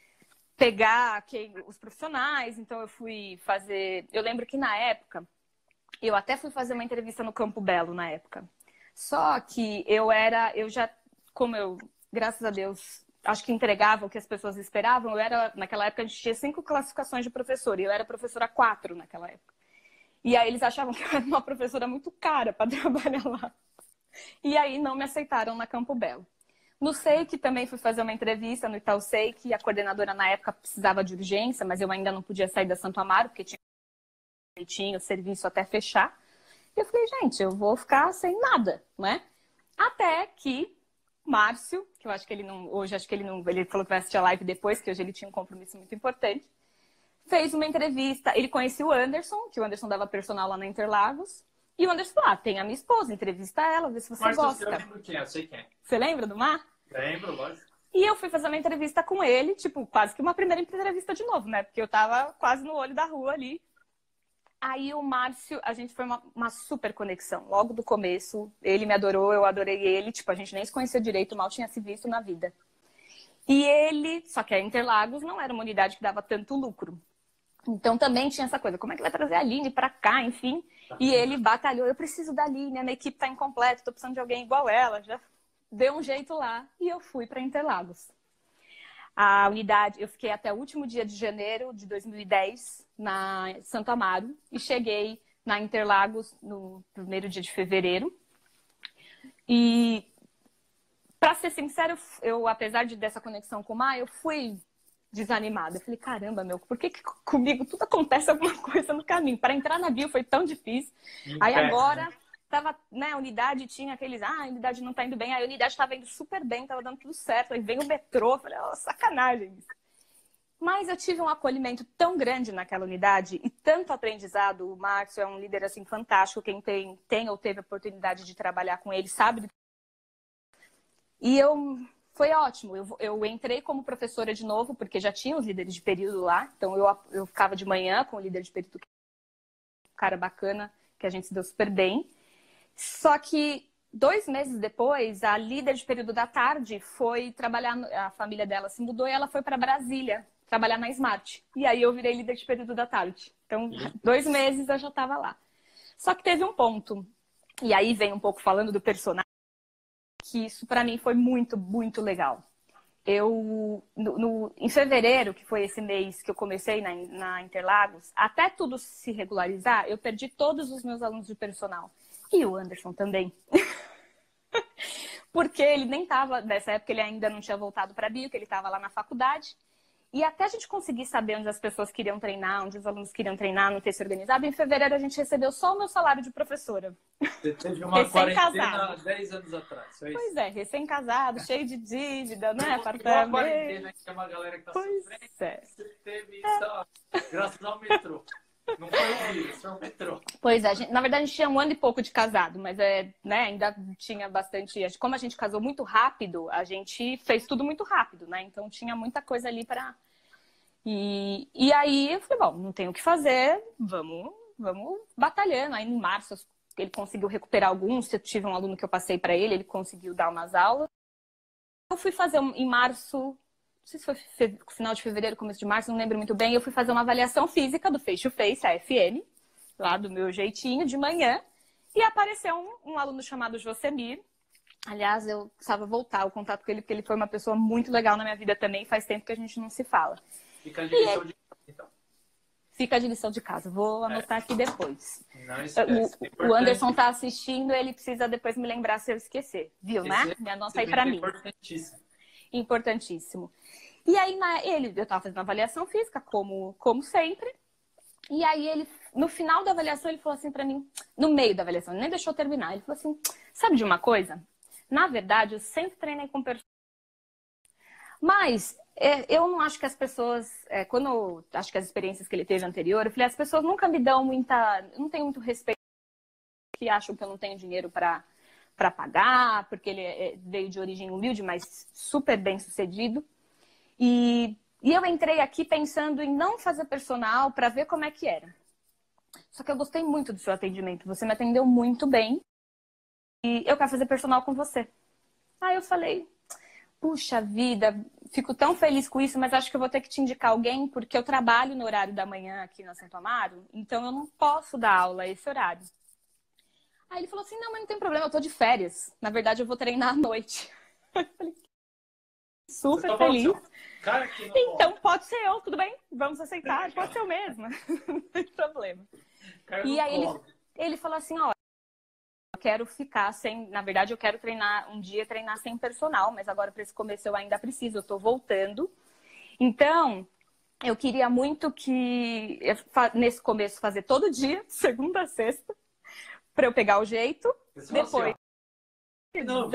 pegar os profissionais, então eu fui fazer... Eu lembro que na época, eu até fui fazer uma entrevista no Campo Belo na época. Só que eu já, como eu, graças a Deus, acho que entregava o que as pessoas esperavam, naquela época a gente tinha 5 classificações de professor, e eu era professora 4 naquela época. E aí eles achavam que eu era uma professora muito cara para trabalhar lá. E aí não me aceitaram na Campo Belo. No SEIC também fui fazer uma entrevista no Itaú SEIC, a coordenadora na época precisava de urgência, mas eu ainda não podia sair da Santo Amaro, porque tinha o serviço até fechar. E eu falei, gente, eu vou ficar sem nada, né? Até que Márcio, que eu acho que ele não, hoje acho que ele não, ele falou que vai assistir a live depois, que hoje ele tinha um compromisso muito importante, fez uma entrevista, ele conhecia o Anderson, que o Anderson dava personal lá na Interlagos, e o Anderson falou, tem a minha esposa, entrevista ela, vê se você gosta. Eu lembro quem é, eu sei quem é. Você lembra do Mar? Lembro, lógico. E eu fui fazer uma entrevista com ele, tipo, quase que uma primeira entrevista de novo, né? Porque eu tava quase no olho da rua ali. Aí o Márcio, a gente foi uma super conexão. Logo do começo, ele me adorou, eu adorei ele. Tipo, a gente nem se conhecia direito, mal tinha se visto na vida. E ele, só que a Interlagos não era uma unidade que dava tanto lucro. Então também tinha essa coisa, como é que vai trazer a Aline pra cá, enfim. E ele batalhou, eu preciso da Aline, a minha equipe tá incompleta, tô precisando de alguém igual ela. Já deu um jeito lá e eu fui pra Interlagos. A unidade, eu fiquei até o último dia de janeiro de 2010 na Santo Amaro e cheguei na Interlagos no primeiro dia de fevereiro. E, para ser sincero, eu, apesar dessa conexão com o Mar, eu fui desanimada. Eu falei, caramba, meu, por que comigo tudo acontece alguma coisa no caminho? Para entrar na bio foi tão difícil. Aí agora... Tava, né, a unidade tinha aqueles, a unidade não tá indo bem, a unidade tava indo super bem, tava dando tudo certo, aí vem o metrô, falei, sacanagem. Mas eu tive um acolhimento tão grande naquela unidade e tanto aprendizado, o Márcio é um líder assim fantástico, quem tem ou teve a oportunidade de trabalhar com ele sabe. E foi ótimo, eu entrei como professora de novo, porque já tinha os líderes de período lá, então eu ficava de manhã com o líder de período, um cara bacana, que a gente se deu super bem. Só que 2 meses depois, a líder de período da tarde foi trabalhar, a família dela se mudou e ela foi para Brasília trabalhar na Smart. E aí eu virei líder de período da tarde. Então, 2 meses eu já estava lá. Só que teve um ponto, e aí vem um pouco falando do personagem, que isso para mim foi muito, muito legal. Em fevereiro, que foi esse mês que eu comecei na Interlagos, até tudo se regularizar, eu perdi todos os meus alunos de personal. E o Anderson também. Porque ele nem estava, nessa época ele ainda não tinha voltado para a bio, que ele estava lá na faculdade. E até a gente conseguir saber onde as pessoas queriam treinar, onde os alunos queriam treinar, não ter se organizado, em fevereiro a gente recebeu só o meu salário de professora. Você teve uma quarentena 10 anos atrás, foi isso? Pois é, recém-casado, cheio de dívida, né? Uma quarentena que é uma galera que tá sofrendo. É. Você teve isso, graças ao metrô. Não foi o vírus, foi o metrô. Pois é, na verdade a gente tinha 1 ano e pouco de casado, mas né, ainda tinha bastante... Como a gente casou muito rápido, a gente fez tudo muito rápido, né? Então tinha muita coisa ali para... E aí eu falei, bom, não tenho o que fazer, vamos batalhando. Aí em março ele conseguiu recuperar alguns, eu tive um aluno que eu passei para ele conseguiu dar umas aulas. Eu fui fazer em março... Não sei se foi final de fevereiro, começo de março, não lembro muito bem. Eu fui fazer uma avaliação física do Face to Face, a FM, lá do meu jeitinho, de manhã. E apareceu um aluno chamado Josemir. Aliás, eu precisava voltar o contato com ele, porque ele foi uma pessoa muito legal na minha vida também. Faz tempo que a gente não se fala. Fica de lição de casa, então. Fica de lição de casa. Vou anotar aqui depois. Não esquece. O Anderson tá assistindo, ele precisa depois me lembrar se eu esquecer. Viu, né? Me anota aí pra mim. Importantíssimo. Importantíssimo. E aí, eu estava fazendo uma avaliação física, como sempre. E aí, no final da avaliação, ele falou assim para mim, no meio da avaliação, ele nem deixou eu terminar. Ele falou assim, sabe de uma coisa? Na verdade, eu sempre treinei com pessoas. Mas eu não acho que as pessoas, acho que as experiências que ele teve anterior, eu falei, as pessoas nunca me dão eu não tenho muito respeito, que acham que eu não tenho dinheiro para pagar, porque ele veio de origem humilde, mas super bem sucedido. E eu entrei aqui pensando em não fazer personal para ver como é que era. Só que eu gostei muito do seu atendimento. Você me atendeu muito bem. eu quero fazer personal com você. Aí eu falei, puxa vida, fico tão feliz com isso, mas acho que eu vou ter que te indicar alguém, porque eu trabalho no horário da manhã aqui na Santo Amaro, então eu não posso dar aula esse horário. Aí ele falou assim, não, mas não tem problema, eu tô de férias. Na verdade, eu vou treinar à noite. Eu falei, super feliz. Cara, que não então, pode ser eu, tudo bem? Vamos aceitar, pode ser eu mesma. Não tem problema. Cara, E aí ele falou assim, ó, eu quero ficar sem... Na verdade, eu quero treinar um dia, treinar sem personal, mas agora para esse começo eu ainda preciso, eu tô voltando. Então, eu queria muito que, nesse começo, fazer todo dia, segunda a sexta, para eu pegar o jeito. Depois... Não.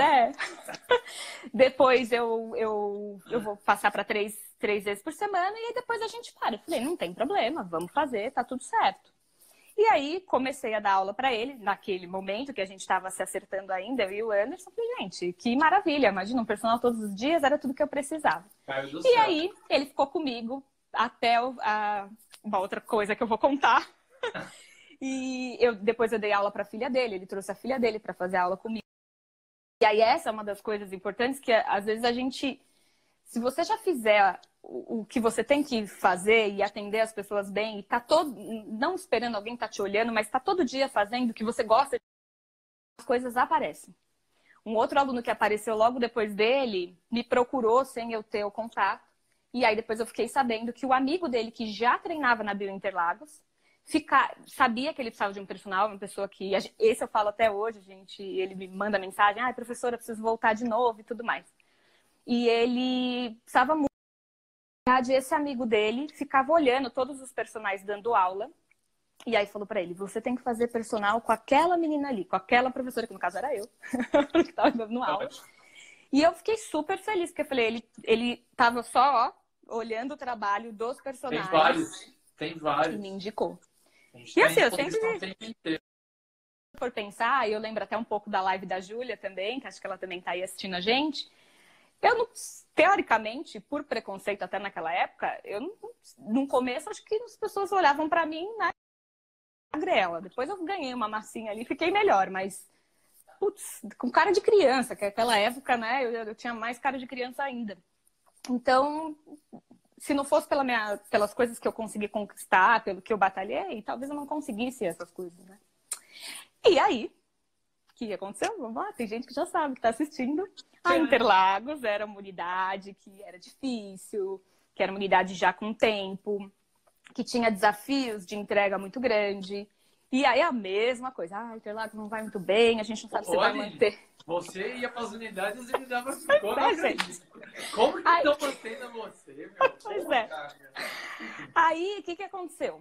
Depois eu vou passar para três vezes por semana e aí depois a gente para. Eu falei, não tem problema, vamos fazer, tá tudo certo. E aí comecei a dar aula para ele, naquele momento que a gente estava se acertando ainda, eu e o Anderson. Falei, gente, que maravilha, imagina, um personal todos os dias, era tudo que eu precisava. E aí ele ficou comigo até uma outra coisa que eu vou contar. E depois eu dei aula para a filha dele, ele trouxe a filha dele para fazer aula comigo. E aí essa é uma das coisas importantes que às vezes a gente, se você já fizer o que você tem que fazer e atender as pessoas bem, e tá não esperando alguém tá te olhando, mas tá todo dia fazendo o que você gosta, as coisas aparecem. Um outro aluno que apareceu logo depois dele me procurou sem eu ter o contato. E aí depois eu fiquei sabendo que o amigo dele, que já treinava na Bio Interlagos, sabia que ele precisava de um personal, uma pessoa que... Esse eu falo até hoje, gente. Ele me manda mensagem, professora, eu preciso voltar de novo e tudo mais. E ele precisava muito. Esse amigo dele ficava olhando todos os personagens dando aula. E aí falou pra ele, você tem que fazer personal com aquela menina ali, com aquela professora, que no caso era eu, que estava dando aula. E eu fiquei super feliz, porque eu falei, ele tava só, olhando o trabalho dos personagens. Tem vários. E me indicou. E assim, eu sempre for pensar, e eu lembro até um pouco da live da Júlia também, que acho que ela também tá aí assistindo a gente. Eu não, teoricamente, por preconceito até naquela época, no começo acho que as pessoas olhavam pra mim, né, magrela. Depois eu ganhei uma massinha ali, fiquei melhor, mas putz, com cara de criança, que naquela época, né, eu tinha mais cara de criança ainda. Então, se não fosse pelas coisas que eu consegui conquistar, pelo que eu batalhei, talvez eu não conseguisse essas coisas, né? E aí, o que aconteceu? Vamos lá, tem gente que já sabe, que está assistindo. A Interlagos era uma unidade que era difícil, que era uma unidade já com tempo, que tinha desafios de entrega muito grande. E aí a mesma coisa. Interlagos não vai muito bem, a gente não sabe se vai manter. Você ia para as unidades e as unidades ficou na gente. Como que estão mantendo você, meu? Pois é. Aí, o que aconteceu?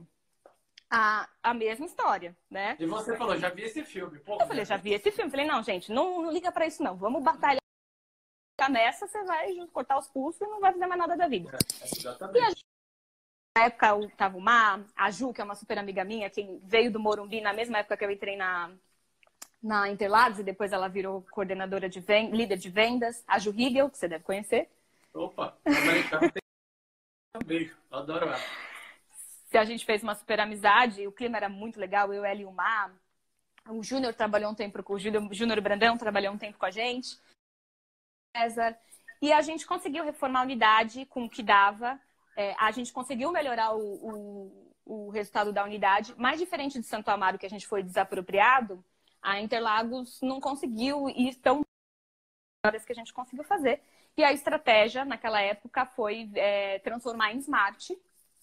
A mesma história, né? E você falou, já vi esse filme. Pô, eu falei, já vi esse filme. Falei, não, gente, não liga pra isso não. Vamos batalhar nessa, você vai cortar os pulsos e não vai fazer mais nada da vida. Exatamente. Na época, tava a Ju, que é uma super amiga minha, que veio do Morumbi na mesma época que eu entrei na Interlagos, e depois ela virou coordenadora líder de vendas. A Ju Riegel, que você deve conhecer. Opa, americano tem um beijo. Adoro ela. A gente fez uma super amizade, o clima era muito legal, eu, ela e o Mar. O Júnior trabalhou um tempo com o Júnior Brandão, trabalhou um tempo com a gente. César. E a gente conseguiu reformar a unidade com o que dava. A gente conseguiu melhorar o resultado da unidade. Mais diferente de Santo Amaro, que a gente foi desapropriado, a Interlagos não conseguiu ir tão horas que a gente conseguiu fazer. E a estratégia, naquela época, foi transformar em Smart.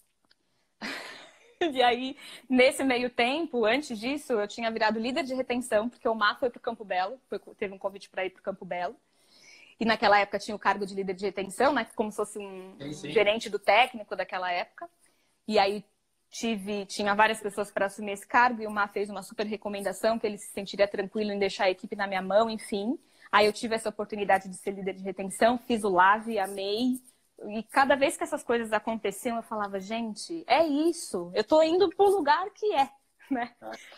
E aí, nesse meio tempo, antes disso, eu tinha virado líder de retenção, porque o Mar foi para o Campo Belo, teve um convite para ir para o Campo Belo. E naquela época tinha o cargo de líder de retenção, né? Como se fosse um gerente do técnico daquela época. E aí tinha várias pessoas para assumir esse cargo, e o Mar fez uma super recomendação, que ele se sentiria tranquilo em deixar a equipe na minha mão, enfim. Aí eu tive essa oportunidade de ser líder de retenção, fiz o LAVE, amei. E cada vez que essas coisas aconteciam, eu falava, gente, é isso. Eu tô indo pro lugar que né?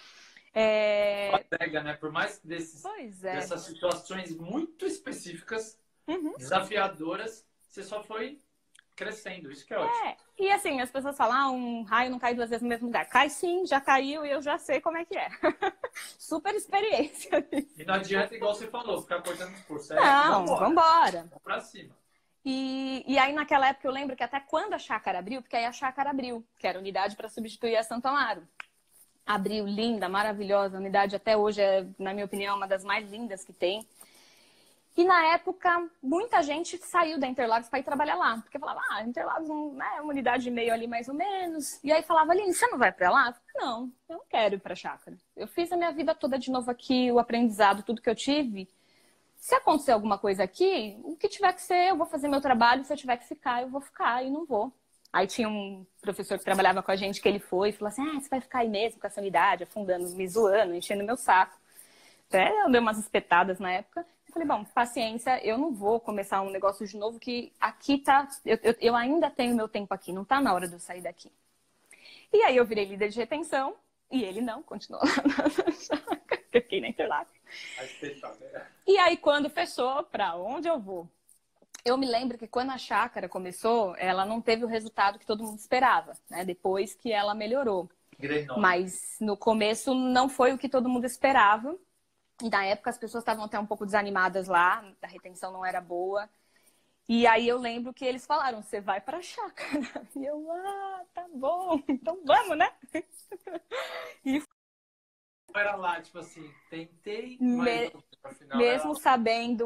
Né? Por mais dessas situações muito específicas, desafiadoras, você só foi crescendo, isso que é ótimo. E assim, as pessoas falam, um raio não cai duas vezes no mesmo lugar. Cai sim, já caiu e eu já sei como é que é. Super experiência. E não adianta, igual você falou, ficar cortando por certo. Não, vambora. Vamos pra cima. E aí, naquela época, eu lembro que até quando a chácara abriu, porque aí a chácara abriu, que era a unidade para substituir a Santo Amaro. Abriu, linda, maravilhosa. A unidade até hoje é, na minha opinião, uma das mais lindas que tem. E na época, muita gente saiu da Interlagos para ir trabalhar lá. Porque falava, Interlagos é uma unidade e meio ali mais ou menos. E aí falava, Aline, você não vai para lá? Eu falei, não, eu não quero ir para a chácara. Eu fiz a minha vida toda de novo aqui, o aprendizado, tudo que eu tive. Se acontecer alguma coisa aqui, o que tiver que ser, eu vou fazer meu trabalho. Se eu tiver que ficar, eu vou ficar e não vou. Aí tinha um professor que trabalhava com a gente que ele foi e falou assim, você vai ficar aí mesmo com essa unidade, afundando, me zoando, enchendo meu saco. Até eu dei umas espetadas na época. Eu falei, bom, paciência, eu não vou começar um negócio de novo que aqui tá... Eu ainda tenho meu tempo aqui, não tá na hora de eu sair daqui. E aí eu virei líder de retenção e ele não, continuou lá na chácara. Fiquei na Interlagos. E aí quando fechou, pra onde eu vou? Eu me lembro que quando a chácara começou, ela não teve o resultado que todo mundo esperava, né? Depois que ela melhorou. Mas no começo não foi o que todo mundo esperava. E na época as pessoas estavam até um pouco desanimadas lá, a retenção não era boa. E aí eu lembro que eles falaram, você vai pra chácara. E eu, tá bom, então vamos, né? E era lá, tipo assim, tentei, mas no final mesmo sabendo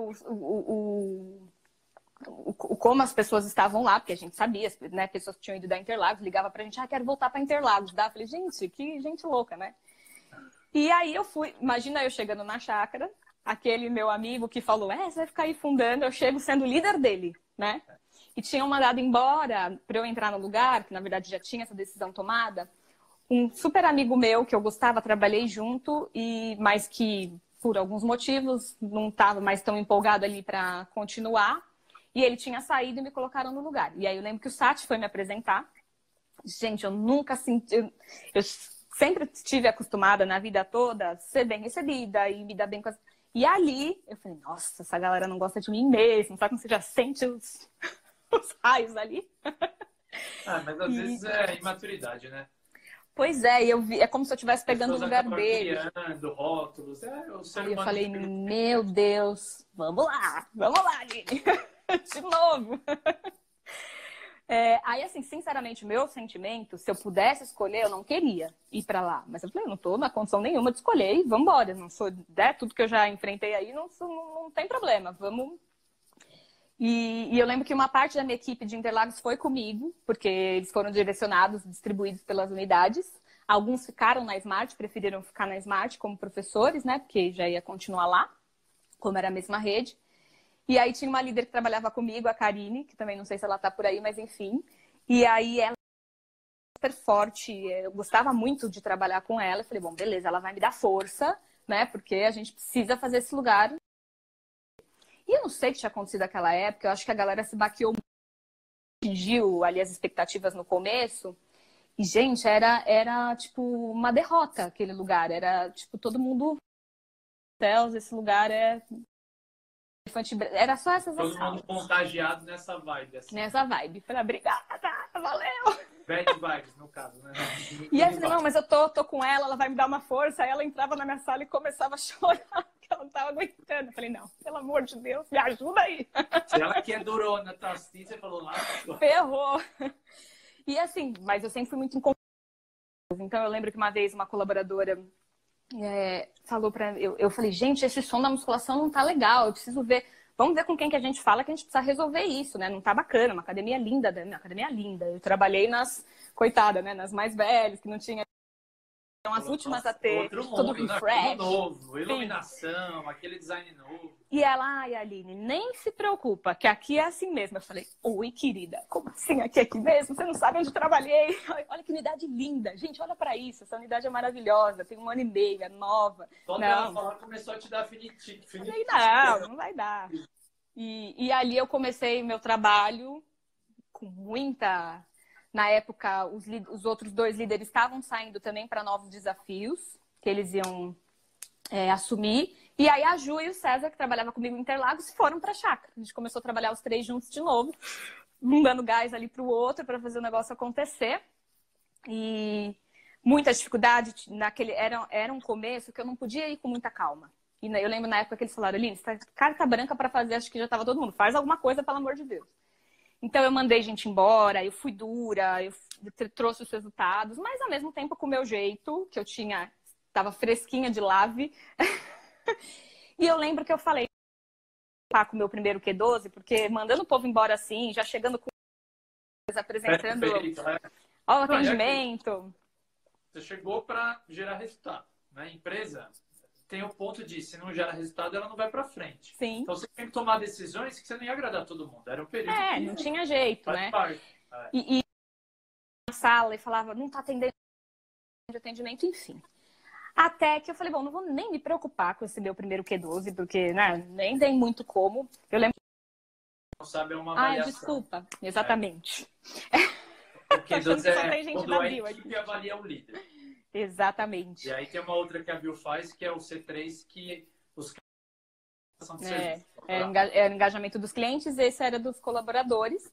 como as pessoas estavam lá, porque a gente sabia, né? Pessoas que tinham ido da Interlagos, ligava pra gente, quero voltar pra Interlagos. Eu falei, gente, que gente louca, né? E aí eu fui, imagina eu chegando na chácara, aquele meu amigo que falou, você vai ficar aí fundando, eu chego sendo líder dele, né? E tinham mandado embora pra eu entrar no lugar, que na verdade já tinha essa decisão tomada, um super amigo meu que eu gostava, trabalhei junto, mas que por alguns motivos não estava mais tão empolgado ali para continuar. E ele tinha saído e me colocaram no lugar. E aí eu lembro que o Sati foi me apresentar. Gente, eu nunca senti... Eu sempre estive acostumada na vida toda a ser bem recebida e me dar bem com as... E ali, eu falei, nossa, essa galera não gosta de mim mesmo. Sabe quando você já sente os raios ali? Mas às vezes é imaturidade, né? Pois é, eu vi, é como se eu estivesse pegando o lugar dele. Criando rótulos, o ser Aí eu falei, meu Deus, vamos lá, Aline, de novo. Aí, assim, sinceramente, o meu sentimento, se eu pudesse escolher, eu não queria ir pra lá. Mas eu falei, eu não tô na condição nenhuma de escolher e vamos embora. Não sou, tudo que eu já enfrentei aí, não tem problema, vamos... E eu lembro que uma parte da minha equipe de Interlagos foi comigo, porque eles foram direcionados, distribuídos pelas unidades. Alguns ficaram na Smart, preferiram ficar na Smart como professores, né? Porque já ia continuar lá, como era a mesma rede. E aí tinha uma líder que trabalhava comigo, a Karine, que também não sei se ela tá por aí, mas enfim. E aí ela super forte, eu gostava muito de trabalhar com ela. Eu falei, bom, beleza, ela vai me dar força, né? Porque a gente precisa fazer esse lugar. E eu não sei o que tinha acontecido naquela época, eu acho que a galera se baqueou muito, atingiu ali as expectativas no começo. E, gente, era tipo uma derrota aquele lugar. Era tipo todo mundo. Céus, esse lugar é. Era só essas todo mundo contagiado nessa vibe. Assim. Nessa vibe. Falei, obrigada, valeu! Bad vibes, no caso, né? E aí eu falei, não, mas eu tô com ela vai me dar uma força. Aí ela entrava na minha sala e começava a chorar, que ela não tava aguentando. Eu falei, não, pelo amor de Deus, me ajuda aí. Se ela que é durona, tá assim, você falou lá. Ferrou. E assim, mas eu sempre fui muito inconfortável. Então eu lembro que uma vez uma colaboradora falou pra eu falei, gente, esse som da musculação não tá legal, eu preciso ver, vamos ver com quem que a gente fala que a gente precisa resolver isso, né? Não tá bacana, uma academia linda, uma academia linda. Eu trabalhei coitada, né? Nas mais velhas, que não tinha as últimas a ter tudo refresh. Tudo novo, iluminação, sim. Aquele design novo. E ela, Aline, nem se preocupa, que aqui é assim mesmo. Eu falei, oi, querida, como assim aqui mesmo? Você não sabe onde eu trabalhei? Olha que unidade linda. Gente, olha pra isso, essa unidade é maravilhosa, tem 1 ano e meio, é nova. Quando ela falou, começou a te dar finitivo. Falei, não vai dar. E ali eu comecei meu trabalho com muita... Na época, os outros 2 líderes estavam saindo também para novos desafios que eles iam assumir. E aí a Ju e o César, que trabalhava comigo em Interlagos, foram para a chácara. A gente começou a trabalhar os 3 juntos de novo. um dando gás ali pro outro para fazer o negócio acontecer. E muita dificuldade era um começo que eu não podia ir com muita calma. E eu lembro na época que eles falaram, Aline, você tá carta branca para fazer, acho que já tava todo mundo, faz alguma coisa, pelo amor de Deus. Então eu mandei gente embora, eu fui dura, eu trouxe os resultados, mas ao mesmo tempo com o meu jeito, que eu tava fresquinha de lave. E eu lembro que eu falei com o meu primeiro Q12, porque mandando o povo embora assim, já chegando com apresentando ó, o atendimento. Você chegou para gerar resultado. Na empresa tem o ponto de, se não gera resultado, ela não vai para frente. Sim. Então você tem que tomar decisões que você não ia agradar todo mundo. Era um período que não tinha jeito, né? Parte. E na sala e falava, não tá atendendo de atendimento, enfim. Até que eu falei, bom, não vou nem me preocupar com esse meu primeiro Q12, porque né, nem tem muito como. Eu lembro. Não sabe, é uma avaliação. Desculpa, exatamente. O Q12 só tem gente quando da a Bio equipe avalia o líder. Exatamente. E aí tem uma outra que a Bio faz, que é o C3, que os são de serviço. É o engajamento dos clientes, esse era dos colaboradores.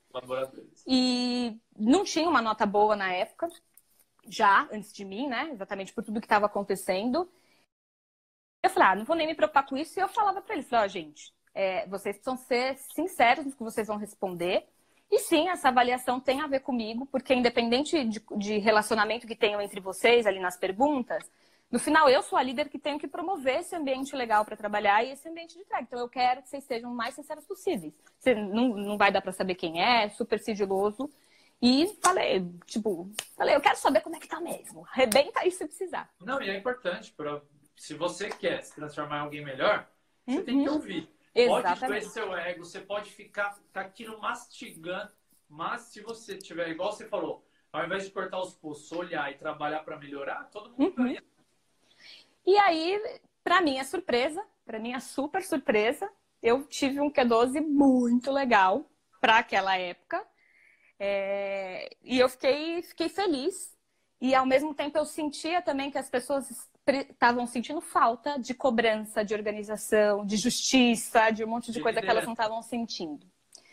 E não tinha uma nota boa na época, já, antes de mim, né? Exatamente por tudo que estava acontecendo. Eu falei, não vou nem me preocupar com isso. E eu falava para eles, gente, vocês precisam ser sinceros no que vocês vão responder. E sim, essa avaliação tem a ver comigo, porque independente de relacionamento que tenham entre vocês ali nas perguntas, no final eu sou a líder que tenho que promover esse ambiente legal para trabalhar e esse ambiente de entrega. Então eu quero que vocês sejam o mais sinceros possíveis. Você não vai dar para saber quem é, super sigiloso. E falei, eu quero saber como é que tá mesmo. Arrebenta aí se precisar. Não, e é importante, se você quer se transformar em alguém melhor, você tem que ouvir. Exatamente. Pode doer seu ego, você pode ficar aquilo mastigando, mas se você tiver, igual você falou, ao invés de cortar os pulsos, olhar e trabalhar para melhorar, todo mundo ganha. E aí, para minha surpresa, para minha super surpresa, eu tive um Q12 muito legal para aquela época. E eu fiquei feliz. E ao mesmo tempo eu sentia também que as pessoas estavam sentindo falta de cobrança, de organização, de justiça, de um monte de coisa que elas não estavam sentindo.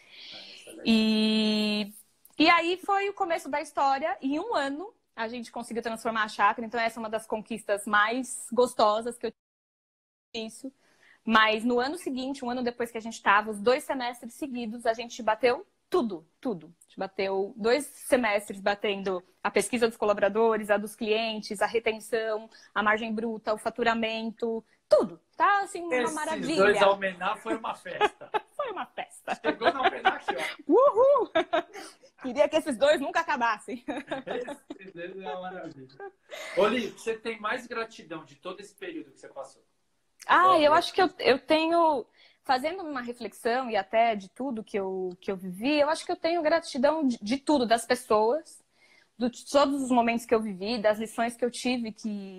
E aí foi o começo da história. Em um ano, a gente conseguiu transformar a chácara. Então essa é uma das conquistas mais gostosas que eu tive isso. Mas no ano seguinte, um ano depois que a gente estava, os 2 semestres seguidos, a gente bateu tudo. A gente bateu 2 semestres batendo a pesquisa dos colaboradores, a dos clientes, a retenção, a margem bruta, o faturamento, tudo. Tá assim, uma maravilha. Esses 2 Almenar foi uma festa. Foi uma festa. Chegou na Almenar aqui, ó. Uhul! Queria que esses 2 nunca acabassem. Esses 2 é uma maravilha. Oli, você tem mais gratidão de todo esse período que você passou? Eu acho que eu tenho... Fazendo uma reflexão e até de tudo que eu vivi, eu acho que eu tenho gratidão de tudo, das pessoas, de todos os momentos que eu vivi, das lições que eu tive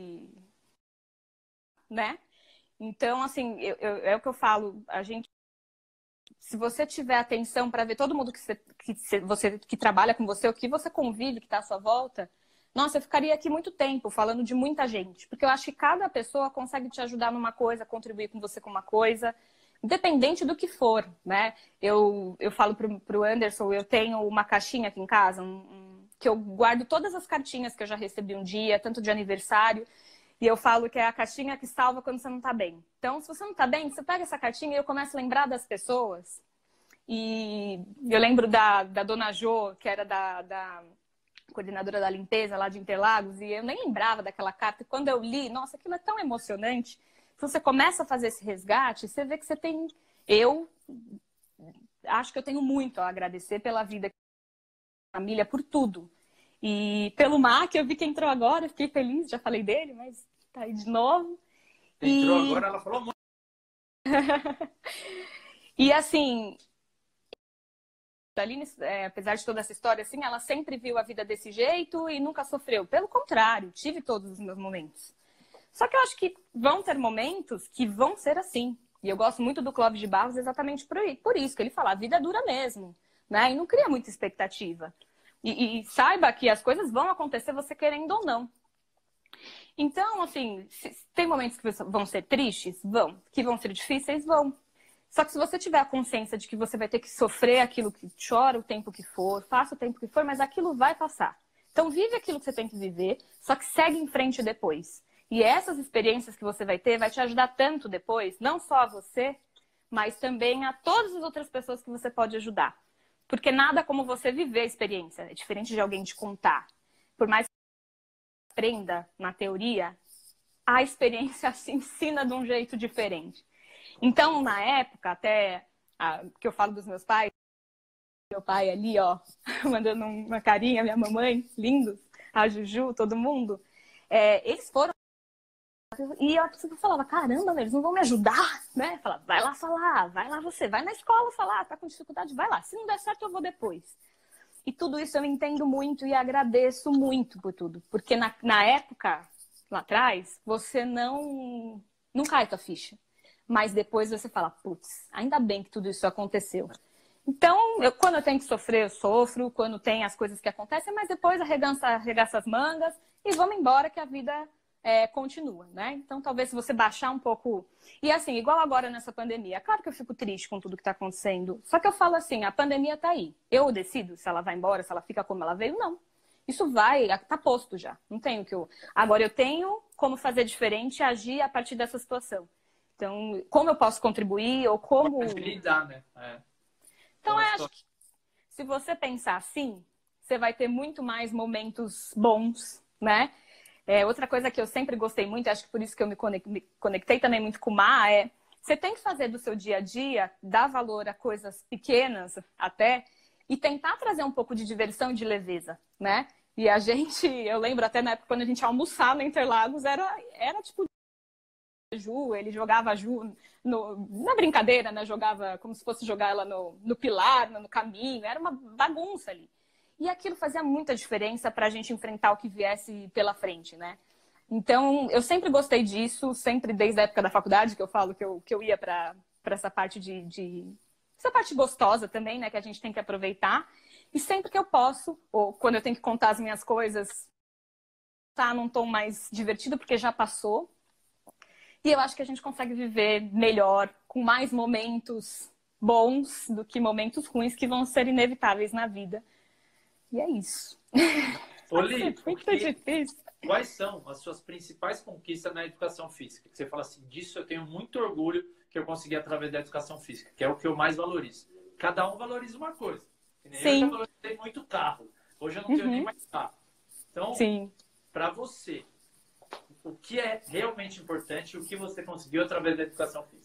né? Então, assim, é o que eu falo, se você tiver atenção para ver todo mundo que trabalha com você, o que você convive, que está à sua volta, nossa, eu ficaria aqui muito tempo falando de muita gente, porque eu acho que cada pessoa consegue te ajudar numa coisa, contribuir com você com uma coisa, independente do que for, né? Eu falo pro Anderson, eu tenho uma caixinha aqui em casa, que eu guardo todas as cartinhas que eu já recebi um dia, tanto de aniversário, e eu falo que é a caixinha que salva quando você não tá bem. Então, se você não tá bem, você pega essa caixinha e eu começo a lembrar das pessoas. E eu lembro da dona Jo, que era da coordenadora da limpeza lá de Interlagos, e eu nem lembrava daquela carta. E quando eu li, nossa, aquilo é tão emocionante. Se você começa a fazer esse resgate, você vê que você tem... Eu acho que eu tenho muito a agradecer pela vida, família, por tudo. E pelo Mar, que eu vi que entrou agora, fiquei feliz, já falei dele, mas tá aí de novo. Entrou agora, ela falou muito. E assim, a Aline, apesar de toda essa história, assim, ela sempre viu a vida desse jeito e nunca sofreu. Pelo contrário, tive todos os meus momentos. Só que eu acho que vão ter momentos que vão ser assim. E eu gosto muito do Clóvis de Barros exatamente por isso, que ele fala, a vida é dura mesmo, né? E não cria muita expectativa. E saiba que as coisas vão acontecer você querendo ou não. Então, assim, tem momentos que vão ser tristes? Vão. Que vão ser difíceis? Vão. Só que se você tiver a consciência de que você vai ter que sofrer aquilo que chora o tempo que for, faça o tempo que for, mas aquilo vai passar. Então vive aquilo que você tem que viver, só que segue em frente depois. E essas experiências que você vai ter vai te ajudar tanto depois, não só a você, mas também a todas as outras pessoas que você pode ajudar. Porque nada como você viver a experiência. É diferente de alguém te contar. Por mais que você aprenda na teoria, a experiência se ensina de um jeito diferente. Então, na época, até que eu falo dos meus pais, meu pai ali, ó, mandando uma carinha, minha mamãe, lindos, a Juju, todo mundo, eles foram. E eu falava, caramba, eles não vão me ajudar, né? Falava, vai lá falar, vai lá você, vai na escola falar, tá com dificuldade, vai lá. Se não der certo, eu vou depois. E tudo isso eu entendo muito e agradeço muito por tudo. Porque na época, lá atrás, você não cai tua ficha. Mas depois você fala, putz, ainda bem que tudo isso aconteceu. Então, quando eu tenho que sofrer, eu sofro. Quando tem as coisas que acontecem, mas depois arregaça as mangas e vamos embora que a vida continua, né? Então, talvez se você baixar um pouco... E assim, igual agora nessa pandemia. Claro que eu fico triste com tudo que está acontecendo. Só que eu falo assim, a pandemia tá aí. Eu decido se ela vai embora, se ela fica como ela veio, não. Isso tá posto já. Não tenho que eu... Agora, eu tenho como fazer diferente e agir a partir dessa situação. Então, como eu posso contribuir ou como... Lidar, né? Então, eu acho que se você pensar assim, você vai ter muito mais momentos bons, né? Outra coisa que eu sempre gostei muito, acho que por isso que eu me conectei também muito com o Má, você tem que fazer do seu dia a dia, dar valor a coisas pequenas até, e tentar trazer um pouco de diversão e de leveza, né? E a gente, eu lembro até na época quando a gente ia almoçar no Interlagos, era tipo... Ju, ele jogava a Ju na brincadeira, né? Jogava como se fosse jogar ela no pilar, no caminho, era uma bagunça ali. E aquilo fazia muita diferença para a gente enfrentar o que viesse pela frente, né? Então, eu sempre gostei disso, sempre desde a época da faculdade, que eu falo que eu ia para essa parte essa parte gostosa também, né? Que a gente tem que aproveitar. E sempre que eu posso, ou quando eu tenho que contar as minhas coisas, tá num tom mais divertido, porque já passou. E eu acho que a gente consegue viver melhor, com mais momentos bons do que momentos ruins que vão ser inevitáveis na vida. E é isso. Oli, muito difícil. Quais são as suas principais conquistas na educação física? Que você fala assim, disso eu tenho muito orgulho que eu consegui através da educação física, que é o que eu mais valorizo. Cada um valoriza uma coisa. Eu já valorizei muito carro. Hoje eu não tenho nem mais carro. Então, para você, o que é realmente importante e o que você conseguiu através da educação física?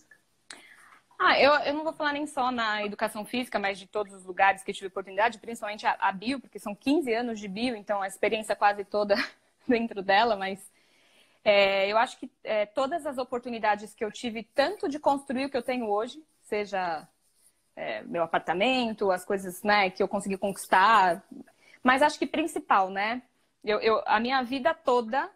Eu não vou falar nem só na educação física, mas de todos os lugares que eu tive oportunidade, principalmente a bio, porque são 15 anos de bio, então a experiência quase toda dentro dela, mas eu acho que todas as oportunidades que eu tive, tanto de construir o que eu tenho hoje, seja meu apartamento, as coisas, né, que eu consegui conquistar, mas acho que principal, né, a minha vida toda...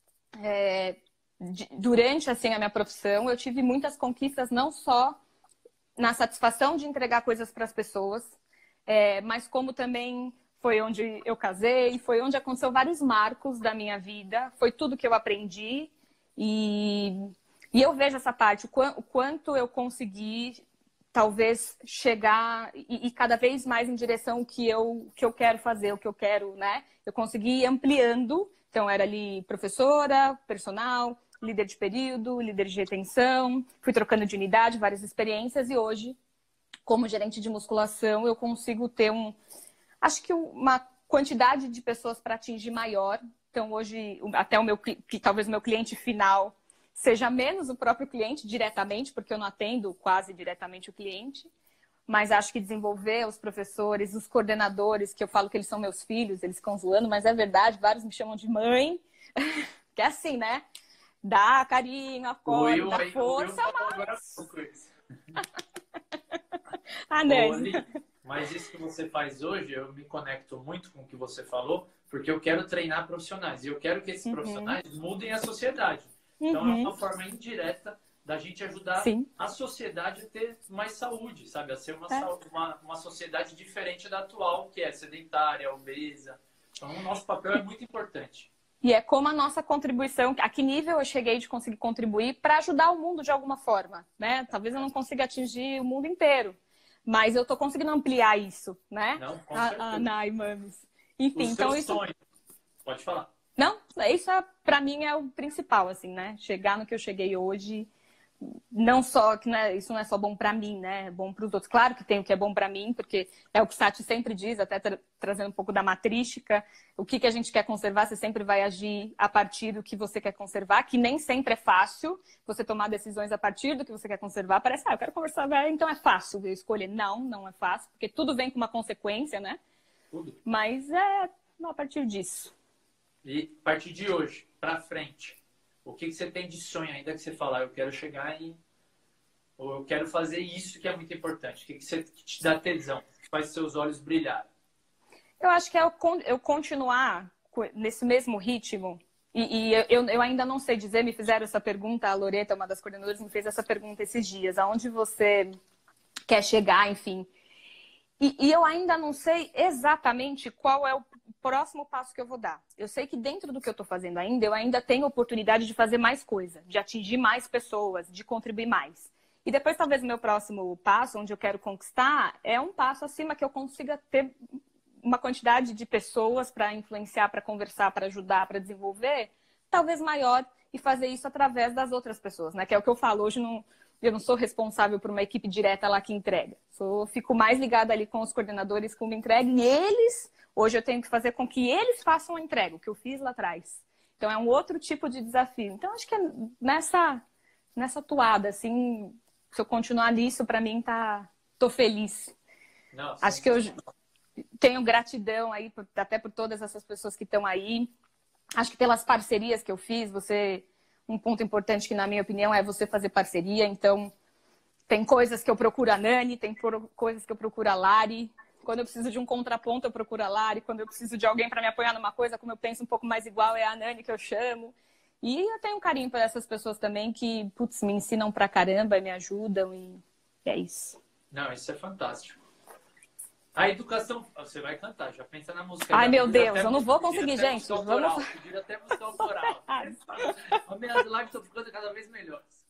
durante assim a minha profissão eu tive muitas conquistas, não só na satisfação de entregar coisas para as pessoas, mas como também foi onde eu casei, foi onde aconteceu vários marcos da minha vida, foi tudo que eu aprendi e eu vejo essa parte, o quanto eu consegui talvez chegar e cada vez mais em direção ao que eu quero fazer, o que eu quero, né? Eu consegui ir ampliando. Então, era ali professora, personal, líder de período, líder de retenção, fui trocando de unidade, várias experiências, e hoje, como gerente de musculação, eu consigo ter acho que uma quantidade de pessoas para atingir maior. Então, hoje, até talvez o meu cliente final seja menos o próprio cliente diretamente, porque eu não atendo quase diretamente o cliente, mas acho que desenvolver os professores, os coordenadores, que eu falo que eles são meus filhos, eles ficam zoando, mas é verdade, vários me chamam de mãe, que é assim, né? Dá carinho, apoio, dá força, mas... Mas isso que você faz hoje, eu me conecto muito com o que você falou, porque eu quero treinar profissionais, e eu quero que esses profissionais mudem a sociedade. Então, é uma forma indireta da gente ajudar a sociedade a ter mais saúde, sabe? A ser uma sociedade diferente da atual, que é sedentária, obesa. Então, o nosso papel é muito importante. E é como a nossa contribuição, a que nível eu cheguei de conseguir contribuir para ajudar o mundo de alguma forma, né? Talvez eu não consiga atingir o mundo inteiro, mas eu estou conseguindo ampliar isso, né? Não, com certeza. A Nai Mames. O Enfim, seu então isso... sonho. Pode falar. Não, isso para mim é o principal, assim, né? Chegar no que eu cheguei hoje, não só que né, isso não é só bom para mim, né? É bom para os outros. Claro que tem o que é bom para mim, porque é o que Sati sempre diz, até trazendo um pouco da matrística. O que a gente quer conservar, você sempre vai agir a partir do que você quer conservar, que nem sempre é fácil você tomar decisões a partir do que você quer conservar. Parece, eu quero conversar, então é fácil eu escolher. Não, não é fácil, porque tudo vem com uma consequência, né? Tudo. Mas é a partir disso. E a partir de hoje, para frente, o que você tem de sonho ainda que você falar? Eu quero chegar em... Ou eu quero fazer isso que é muito importante. O que que te dá tesão? Que faz seus olhos brilhar? Eu acho que é eu continuar nesse mesmo ritmo. E eu ainda não sei dizer, me fizeram essa pergunta, a Loreta, uma das coordenadoras, me fez essa pergunta esses dias. Aonde você quer chegar, enfim. E eu ainda não sei exatamente qual é o próximo passo que eu vou dar. Eu sei que dentro do que eu estou fazendo ainda, eu ainda tenho oportunidade de fazer mais coisa, de atingir mais pessoas, de contribuir mais. E depois, talvez, o meu próximo passo, onde eu quero conquistar, é um passo acima que eu consiga ter uma quantidade de pessoas para influenciar, para conversar, para ajudar, para desenvolver, talvez maior, e fazer isso através das outras pessoas, né? Que é o que eu falo hoje, eu não sou responsável por uma equipe direta lá que entrega. Fico mais ligada ali com os coordenadores que me entregam, e eles, hoje eu tenho que fazer com que eles façam a entrega, o que eu fiz lá atrás. Então é um outro tipo de desafio. Então acho que é nessa toada, assim, se eu continuar nisso, para mim tô feliz. Nossa, acho que eu tenho gratidão aí, até por todas essas pessoas que estão aí. Acho que pelas parcerias que eu fiz, um ponto importante que, na minha opinião, é você fazer parceria. Então, tem coisas que eu procuro a Nani, tem coisas que eu procuro a Lari. Quando eu preciso de um contraponto, eu procuro a Lari. Quando eu preciso de alguém para me apoiar numa coisa, como eu penso um pouco mais igual, é a Nani que eu chamo. E eu tenho um carinho por essas pessoas também que, putz, me ensinam pra caramba, me ajudam e é isso. Não, isso é fantástico. A educação... Você vai cantar, já pensa na música. Ai, meu Deus, eu não vou conseguir, gente. Vamos... Pedir até música autoral. As minhas lives estão ficando cada vez melhores.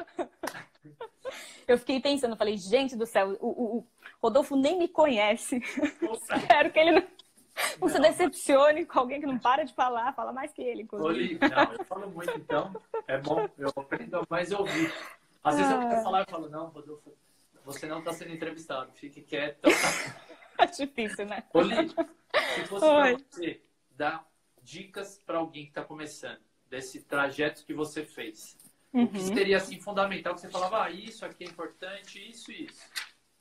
Eu fiquei pensando, falei, gente do céu, o Rodolfo nem me conhece. Espero que ele não se decepcione com alguém que não para de falar, fala mais que ele, inclusive. Não, eu falo muito, então é bom, eu aprendo mais a ouvir. Às vezes eu quero falar e falo, não, Rodolfo, você não está sendo entrevistado, fique quieto. É difícil, né? Oli, se fosse para você dar dicas para alguém que está começando, desse trajeto que você fez, o que seria assim fundamental, que você falava, isso aqui é importante, isso e isso?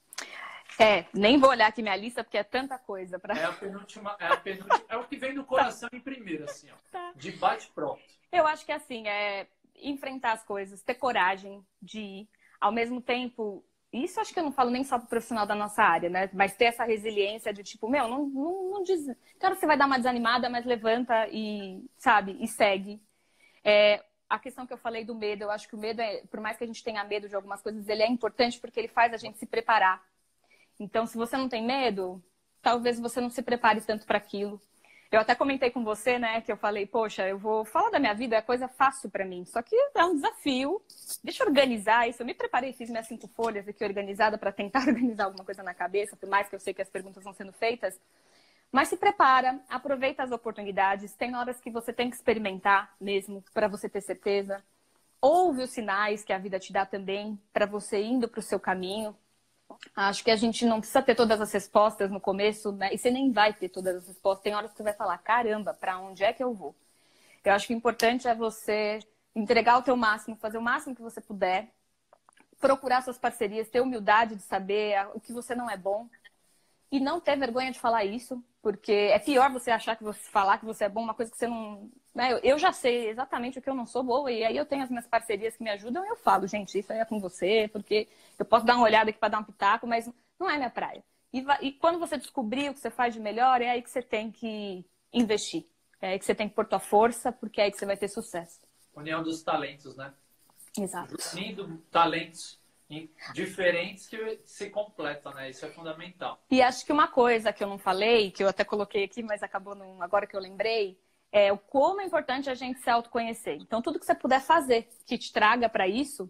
Nem vou olhar aqui minha lista, porque é tanta coisa. É a penúltima, é o que vem do coração em primeiro, assim, ó. Tá. De bate pronto. Eu acho que assim, enfrentar as coisas, ter coragem de ir, ao mesmo tempo... Isso acho que eu não falo nem só pro profissional da nossa área, né? Mas ter essa resiliência de tipo, não diz... Claro que você vai dar uma desanimada, mas levanta e, sabe, e segue. A questão que eu falei do medo, eu acho que o medo, por mais que a gente tenha medo de algumas coisas, ele é importante porque ele faz a gente se preparar. Então, se você não tem medo, talvez você não se prepare tanto para aquilo. Eu até comentei com você, né, que eu falei, poxa, eu vou falar da minha vida, é coisa fácil para mim. Só que é um desafio. Deixa eu organizar isso. Eu me preparei, fiz minhas 5 folhas aqui organizada para tentar organizar alguma coisa na cabeça, por mais que eu sei que as perguntas vão sendo feitas. Mas se prepara, aproveita as oportunidades. Tem horas que você tem que experimentar mesmo, para você ter certeza. Ouve os sinais que a vida te dá também, para você indo para o seu caminho. Acho que a gente não precisa ter todas as respostas no começo, né? E você nem vai ter todas as respostas. Tem horas que você vai falar, caramba, para onde é que eu vou? Eu acho que o importante é você entregar o teu máximo, fazer o máximo que você puder, procurar suas parcerias, ter humildade de saber o que você não é bom e não ter vergonha de falar isso, porque é pior você achar que você falar que você é bom, uma coisa que você não... Né? Eu já sei exatamente o que eu não sou boa e aí eu tenho as minhas parcerias que me ajudam e eu falo, gente, isso aí é com você, porque eu posso dar uma olhada aqui para dar um pitaco, mas não é minha praia. E quando você descobrir o que você faz de melhor, é aí que você tem que investir. É aí que você tem que pôr tua força, porque é aí que você vai ter sucesso. União dos talentos, né? Exato. Unindo talentos diferentes que se completam, né? Isso é fundamental. E acho que uma coisa que eu não falei, que eu até coloquei aqui, mas acabou agora que eu lembrei, é o como é importante a gente se autoconhecer. Então, tudo que você puder fazer que te traga para isso,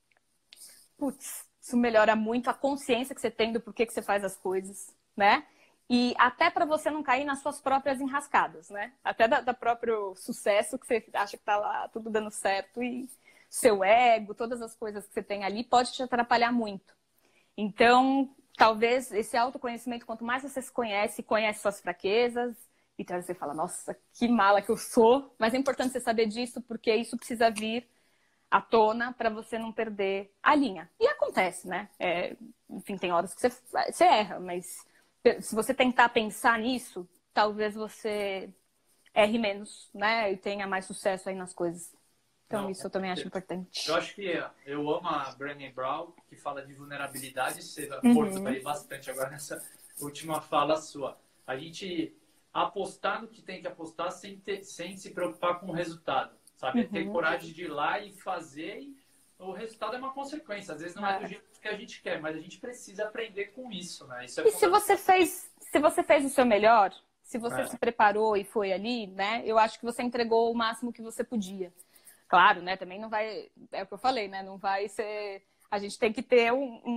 putz, isso melhora muito a consciência que você tem do porquê que você faz as coisas, né? E até para você não cair nas suas próprias enrascadas, né? Até da próprio sucesso que você acha que tá lá tudo dando certo e seu ego, todas as coisas que você tem ali pode te atrapalhar muito. Então, talvez esse autoconhecimento, quanto mais você se conhece, conhece suas fraquezas, então você fala, nossa, que mala que eu sou. Mas é importante você saber disso, porque isso precisa vir à tona para você não perder a linha. E acontece, né? Enfim, tem horas que você erra, mas se você tentar pensar nisso, talvez você erre menos, né? E tenha mais sucesso aí nas coisas. Então, Não, isso eu também acho importante. eu acho que eu amo a Brené Brown, que fala de vulnerabilidade, você abordou aí bastante agora nessa última fala sua. A gente apostar no que tem que apostar sem se preocupar com o resultado, sabe? É ter coragem de ir lá e fazer, e o resultado é uma consequência. Às vezes não é do jeito que a gente quer, mas a gente precisa aprender com isso, né? Isso é e se você fez o seu melhor, se você se preparou e foi ali, né? Eu acho que você entregou o máximo que você podia. Claro, né? Também não vai... É o que eu falei, né? Não vai ser... A gente tem que ter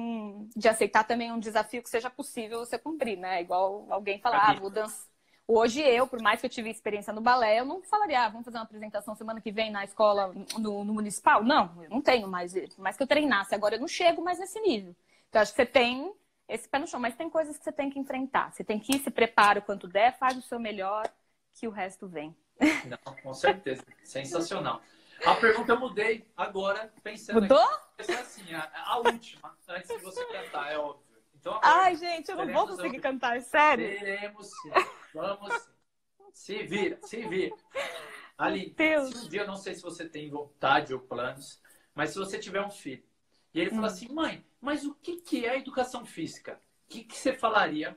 de aceitar também um desafio que seja possível você cumprir, né? Igual alguém falar, vou dançar. Hoje por mais que eu tive experiência no balé, eu não falaria, vamos fazer uma apresentação semana que vem na escola, no municipal. Não, eu não tenho mais. Por mais que eu treinasse, agora eu não chego mais nesse nível. Então, acho que você tem esse pé no chão, mas tem coisas que você tem que enfrentar. Você tem que ir, se prepara o quanto der, faz o seu melhor, que o resto vem. Não, com certeza. Sensacional. A pergunta eu mudei agora, pensando Mudou? Vai ser assim, a última, antes de você cantar, é óbvio. Então, agora, ai, gente, eu não vou conseguir cantar, é sério? Teremos sim, vamos sim. Se vira, se vira. Aline, se um dia, eu não sei se você tem vontade ou planos, mas se você tiver um filho, e ele fala assim, mãe, mas o que é educação física? O que você falaria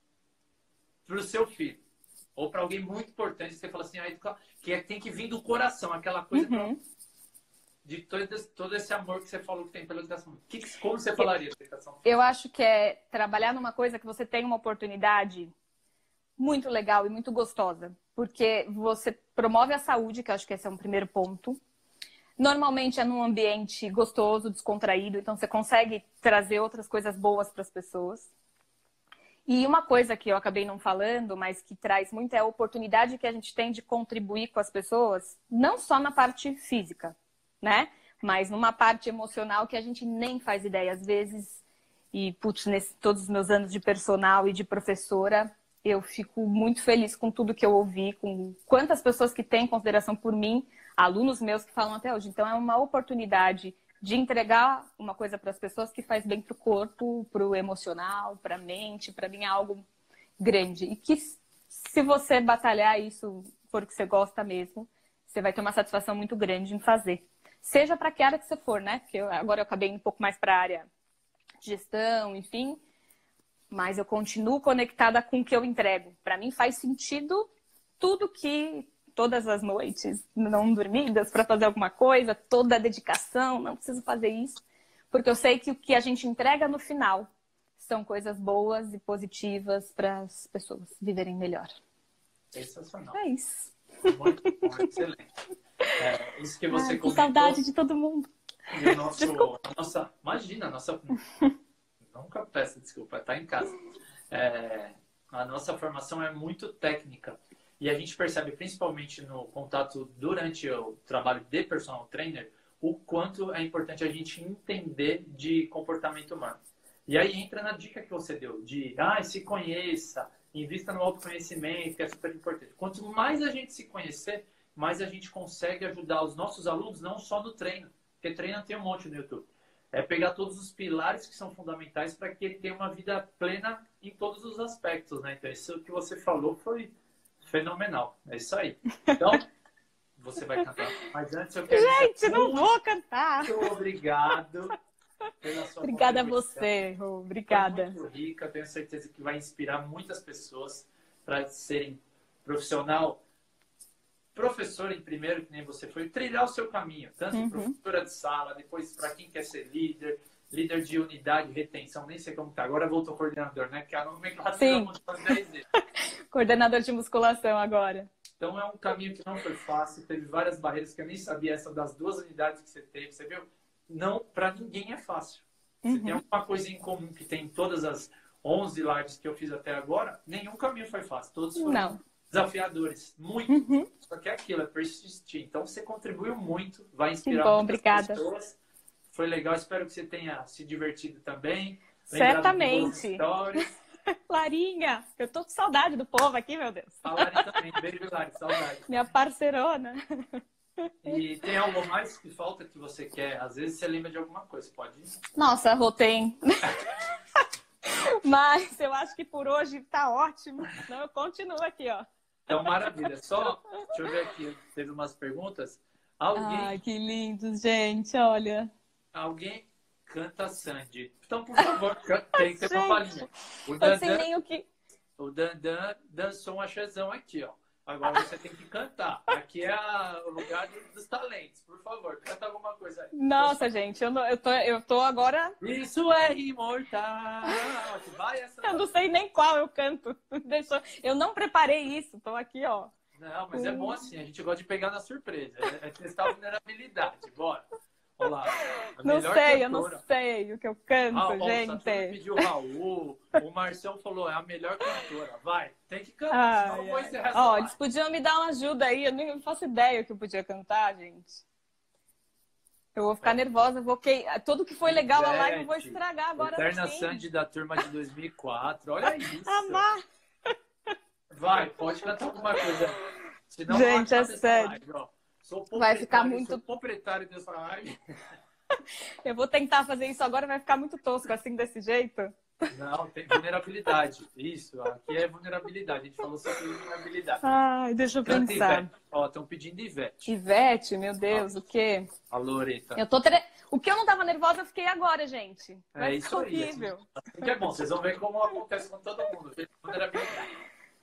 para o seu filho? Ou para alguém muito importante, você fala assim, tem que vir do coração, aquela coisa de todo esse amor que você falou que tem pela educação. Como você falaria da educação física? Eu acho que é trabalhar numa coisa que você tem uma oportunidade muito legal e muito gostosa. Porque você promove a saúde, que eu acho que esse é um primeiro ponto. Normalmente é num ambiente gostoso, descontraído, então você consegue trazer outras coisas boas para as pessoas. E uma coisa que eu acabei não falando, mas que traz muito, é a oportunidade que a gente tem de contribuir com as pessoas, não só na parte física, né? Mas numa parte emocional que a gente nem faz ideia às vezes. E, putz, todos os meus anos de personal e de professora, eu fico muito feliz com tudo que eu ouvi, com quantas pessoas que têm consideração por mim, alunos meus que falam até hoje. Então, é uma oportunidade de entregar uma coisa para as pessoas que faz bem para o corpo, para o emocional, para a mente. Para mim é algo grande. E que se você batalhar isso, for o que você gosta mesmo, você vai ter uma satisfação muito grande em fazer. Seja para que área que você for, né? Porque agora eu acabei indo um pouco mais para a área de gestão, enfim. Mas eu continuo conectada com o que eu entrego. Para mim faz sentido tudo que... Todas as noites não dormidas para fazer alguma coisa, toda a dedicação, não preciso fazer isso. Porque eu sei que o que a gente entrega no final são coisas boas e positivas para as pessoas viverem melhor. Sensacional. É isso. Muito bom, excelente. Isso que você comentou. Que saudade de todo mundo. E imagina, a nossa... Nunca peço desculpa, tá em casa. A nossa formação é muito técnica. E a gente percebe, principalmente no contato durante o trabalho de personal trainer, o quanto é importante a gente entender de comportamento humano. E aí entra na dica que você deu, de se conheça, invista no autoconhecimento, que é super importante. Quanto mais a gente se conhecer, mais a gente consegue ajudar os nossos alunos, não só no treino, porque treino tem um monte no YouTube. É pegar todos os pilares que são fundamentais para que ele tenha uma vida plena em todos os aspectos, né? Então, isso que você falou foi fenomenal. É isso aí. Então, você vai cantar. Mas antes eu quero... Gente, não vou cantar. Muito obrigado pela sua Obrigada a você, Rô. Obrigada. Foi muito rica. Tenho certeza que vai inspirar muitas pessoas para serem professor em primeiro, que nem você foi, trilhar o seu caminho. Tanto professora de sala, depois para quem quer ser líder de unidade, retenção, nem sei como tá. Agora voltou coordenador, né? Que a nomenclatura mudou 10 vezes. Coordenador de musculação agora. Então é um caminho que não foi fácil, teve várias barreiras que eu nem sabia, essa das 2 unidades que você teve, você viu? Não, para ninguém é fácil. Se tem alguma coisa em comum que tem em todas as 11 lives que eu fiz até agora, nenhum caminho foi fácil, todos foram desafiadores, muito. Só que é aquilo, é persistir. Então você contribuiu muito, vai inspirar muitas pessoas. Foi legal, espero que você tenha se divertido também. Certamente. Larinha, eu tô com saudade do povo aqui, meu Deus. A Lari também, beijo, Lari, saudade. Minha parceirona. E tem algo mais que falta que você quer? Às vezes você lembra de alguma coisa, pode ir? Nossa, tem. Mas eu acho que por hoje tá ótimo. Então eu continuo aqui, ó. Então, maravilha. Só, deixa eu ver aqui, teve umas perguntas. Ai, que lindo, gente, olha. Alguém canta Sandy. Então, por favor, tem que ter uma palhinha. O Dandan dançou um axézão aqui, ó. Agora você tem que cantar. Aqui é o lugar dos talentos. Por favor, canta alguma coisa aí. Nossa, gente, eu tô agora... Isso é imortal. Vai essa... Eu não sei nem qual eu canto. Eu não preparei isso. Tô aqui, ó. Não, mas é bom assim. A gente gosta de pegar na surpresa. É testar a vulnerabilidade. Bora. Olá. Não sei, eu não sei o que eu canto, gente. O pediu o Raul, o Marcião falou, é a melhor cantora. Vai, tem que cantar, senão eu vou encerrar essa live. Eles podiam me dar uma ajuda aí, eu nem faço ideia que eu podia cantar, gente. Eu vou ficar nervosa, tudo que foi legal na live eu vou estragar agora. Eterna Sandy da turma de 2004, olha isso. Amar. Vai, pode cantar alguma coisa. Senão, gente, é sério. Live, ó. Vai ficar muito... Sou proprietário dessa live. Eu vou tentar fazer isso agora, vai ficar muito tosco assim, desse jeito. Não, tem vulnerabilidade. Isso, aqui é vulnerabilidade. A gente falou sobre vulnerabilidade. Ai, deixa eu pensar. Ó, estão pedindo Ivete. Ivete, meu Deus, o quê? A Loreta. O que eu não tava nervosa, eu fiquei agora, gente. É isso horrível. Aí. Assim que é bom, vocês vão ver como acontece com todo mundo. Vulnerabilidade.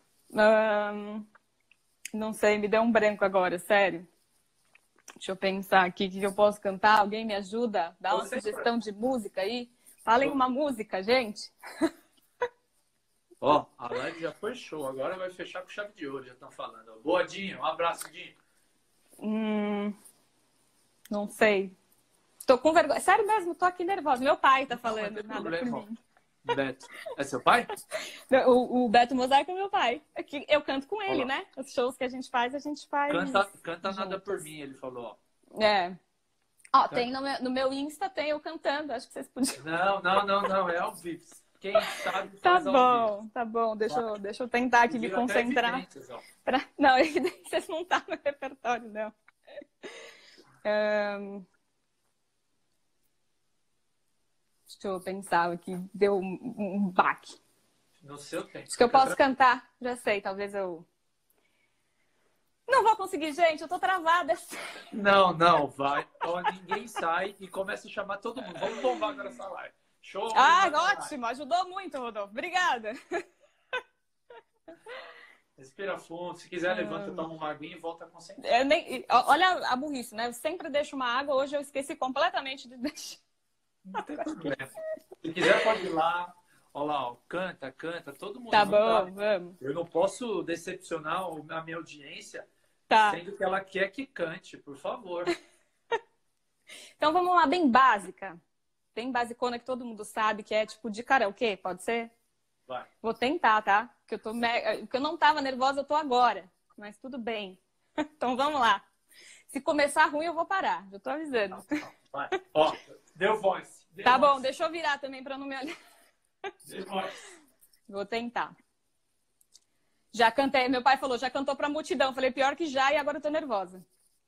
Não sei, me deu um branco agora, sério. Deixa eu pensar aqui o que eu posso cantar. Alguém me ajuda? Dá uma sugestão de música aí. Falem uma música, gente. Ó, a live já foi show. Agora vai fechar com chave de ouro, já estão falando. Boa, Dinho. Um abraço, Dinho. Não sei. Tô com vergonha. Sério mesmo, tô aqui nervosa. Meu pai tá falando. Não tem problema. Beto. É seu pai? O Beto Mosaico é meu pai. Eu canto com ele, né? Os shows que a gente faz, Canta nada por mim, ele falou. Ó, tem no meu Insta, tem eu cantando. Acho que vocês podiam... Não. É ao vivo. Quem sabe faz ao vivo. Tá bom. Deixa eu tentar aqui me concentrar. Não, evidências não tá no repertório, não. Deixa eu pensar aqui. Deu um baque. No seu tempo. Acho que eu posso cantar. Já sei, talvez eu... Não vou conseguir, gente. Eu tô travada. Não, vai. Ó, ninguém sai e começa a chamar todo mundo. Vamos bombar agora essa live. Show. Ótimo. Ajudou muito, Rodolfo. Obrigada. Respira fundo. Se quiser, levanta, toma uma aguinha e volta a concentrar. Olha a burrice, né? Eu sempre deixo uma água. Hoje eu esqueci completamente de deixar. Não tem problema. Se quiser, pode ir lá. Olha lá, ó, canta, todo mundo. Tá bom, vamos. Eu não posso decepcionar a minha audiência, sendo que ela quer que cante, por favor. Então vamos lá, bem básica. Bem basicona, que todo mundo sabe, que é tipo de karaokê, pode ser? Vai. Vou tentar, tá? Porque eu não tava nervosa, eu tô agora. Mas tudo bem. Então vamos lá. Se começar ruim, eu vou parar. Já tô avisando. Vai. Ó, deu voz. Tá bom, deixa eu virar também pra não me olhar. Deu voz. Vou tentar. Já cantei, meu pai falou, já cantou pra multidão. Falei, pior que já, e agora eu tô nervosa.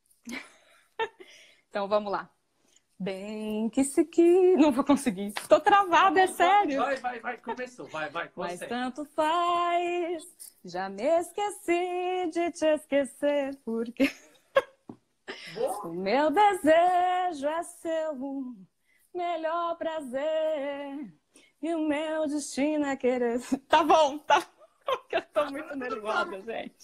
Então vamos lá. Bem que se que... Não vou conseguir. Tô travada, é sério. Vai. Começou. Vai. Mas tanto faz. Já me esqueci de te esquecer, porque... O meu desejo é seu melhor prazer. E o meu destino é querer... Tá bom, porque eu tô muito nervosa, gente.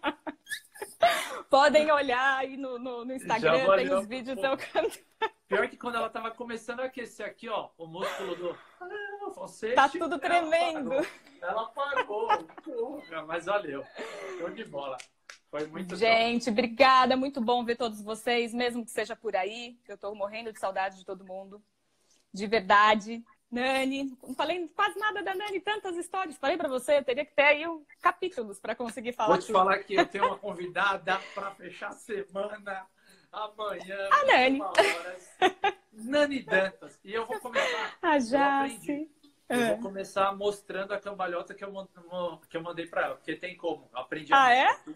Podem olhar aí no Instagram, tem os vídeos eu cantando. Pior que quando ela tava começando a aquecer aqui, ó, o músculo do... Tá tudo tremendo. Ela parou. Porra, mas valeu. Show de bola. Foi muito Gente, obrigada. Muito bom ver todos vocês, mesmo que seja por aí. Eu tô morrendo de saudade de todo mundo. De verdade. Nani, não falei quase nada da Nani, tantas histórias. Falei pra você, eu teria que ter aí capítulos para conseguir falar. Vou te falar que eu tenho uma convidada para fechar a semana amanhã, a Nani. Nani Dantas. E eu vou começar. A Jace. Eu vou começar mostrando a cambalhota que eu mandei para ela, porque tem como. Eu aprendi a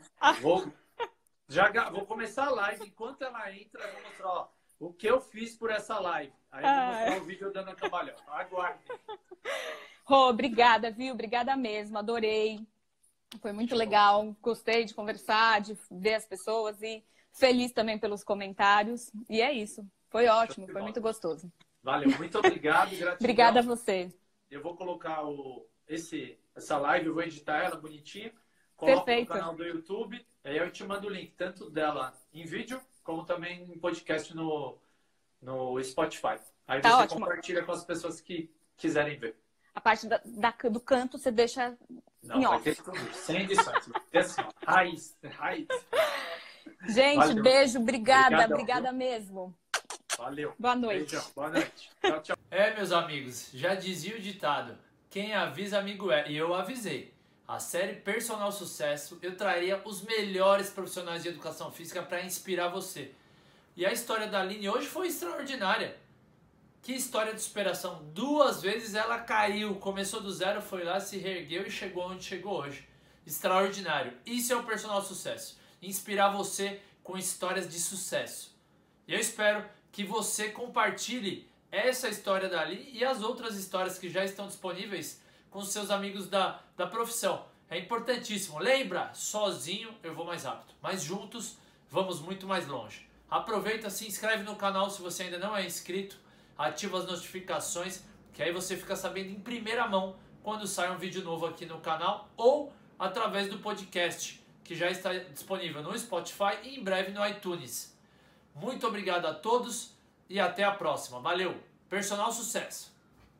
Vou começar a live. Enquanto ela entra, eu vou mostrar, ó, o que eu fiz por essa live. Aí eu vou mostrar o vídeo dando a cambalhota. Aguardem. Obrigada, viu? Obrigada mesmo. Adorei. Foi muito legal. Gostei de conversar, de ver as pessoas e feliz também pelos comentários. E é isso. Foi ótimo. Foi muito gostoso. Valeu. Muito obrigado. Gratidão. Obrigada a você. Eu vou colocar essa live, eu vou editar ela bonitinha. Coloco no canal do YouTube. Aí eu te mando o link, tanto dela em vídeo, como também em podcast no Spotify. Aí tá você ótimo. Compartilha com as pessoas que quiserem ver. A parte do canto você deixa em off. Vai ter tudo, sem edições. Vai ter assim, ó, raiz. Gente, valeu. Beijo, obrigada mesmo. Valeu. Boa noite. Beijão. Boa noite. Tchau, tchau. Meus amigos, já dizia o ditado, quem avisa amigo é. E eu avisei. A série Personal Sucesso, eu traria os melhores profissionais de educação física para inspirar você. E a história da Aline hoje foi extraordinária. Que história de superação. 2 vezes ela caiu, começou do zero, foi lá, se reergueu e chegou onde chegou hoje. Extraordinário. Isso é o Personal Sucesso. Inspirar você com histórias de sucesso. E eu espero que você compartilhe essa história da Aline e as outras histórias que já estão disponíveis com seus amigos da profissão. É importantíssimo. Lembra? Sozinho eu vou mais rápido. Mas juntos vamos muito mais longe. Aproveita, se inscreve no canal se você ainda não é inscrito. Ativa as notificações, que aí você fica sabendo em primeira mão quando sai um vídeo novo aqui no canal ou através do podcast, que já está disponível no Spotify e em breve no iTunes. Muito obrigado a todos e até a próxima. Valeu! Personal Sucesso!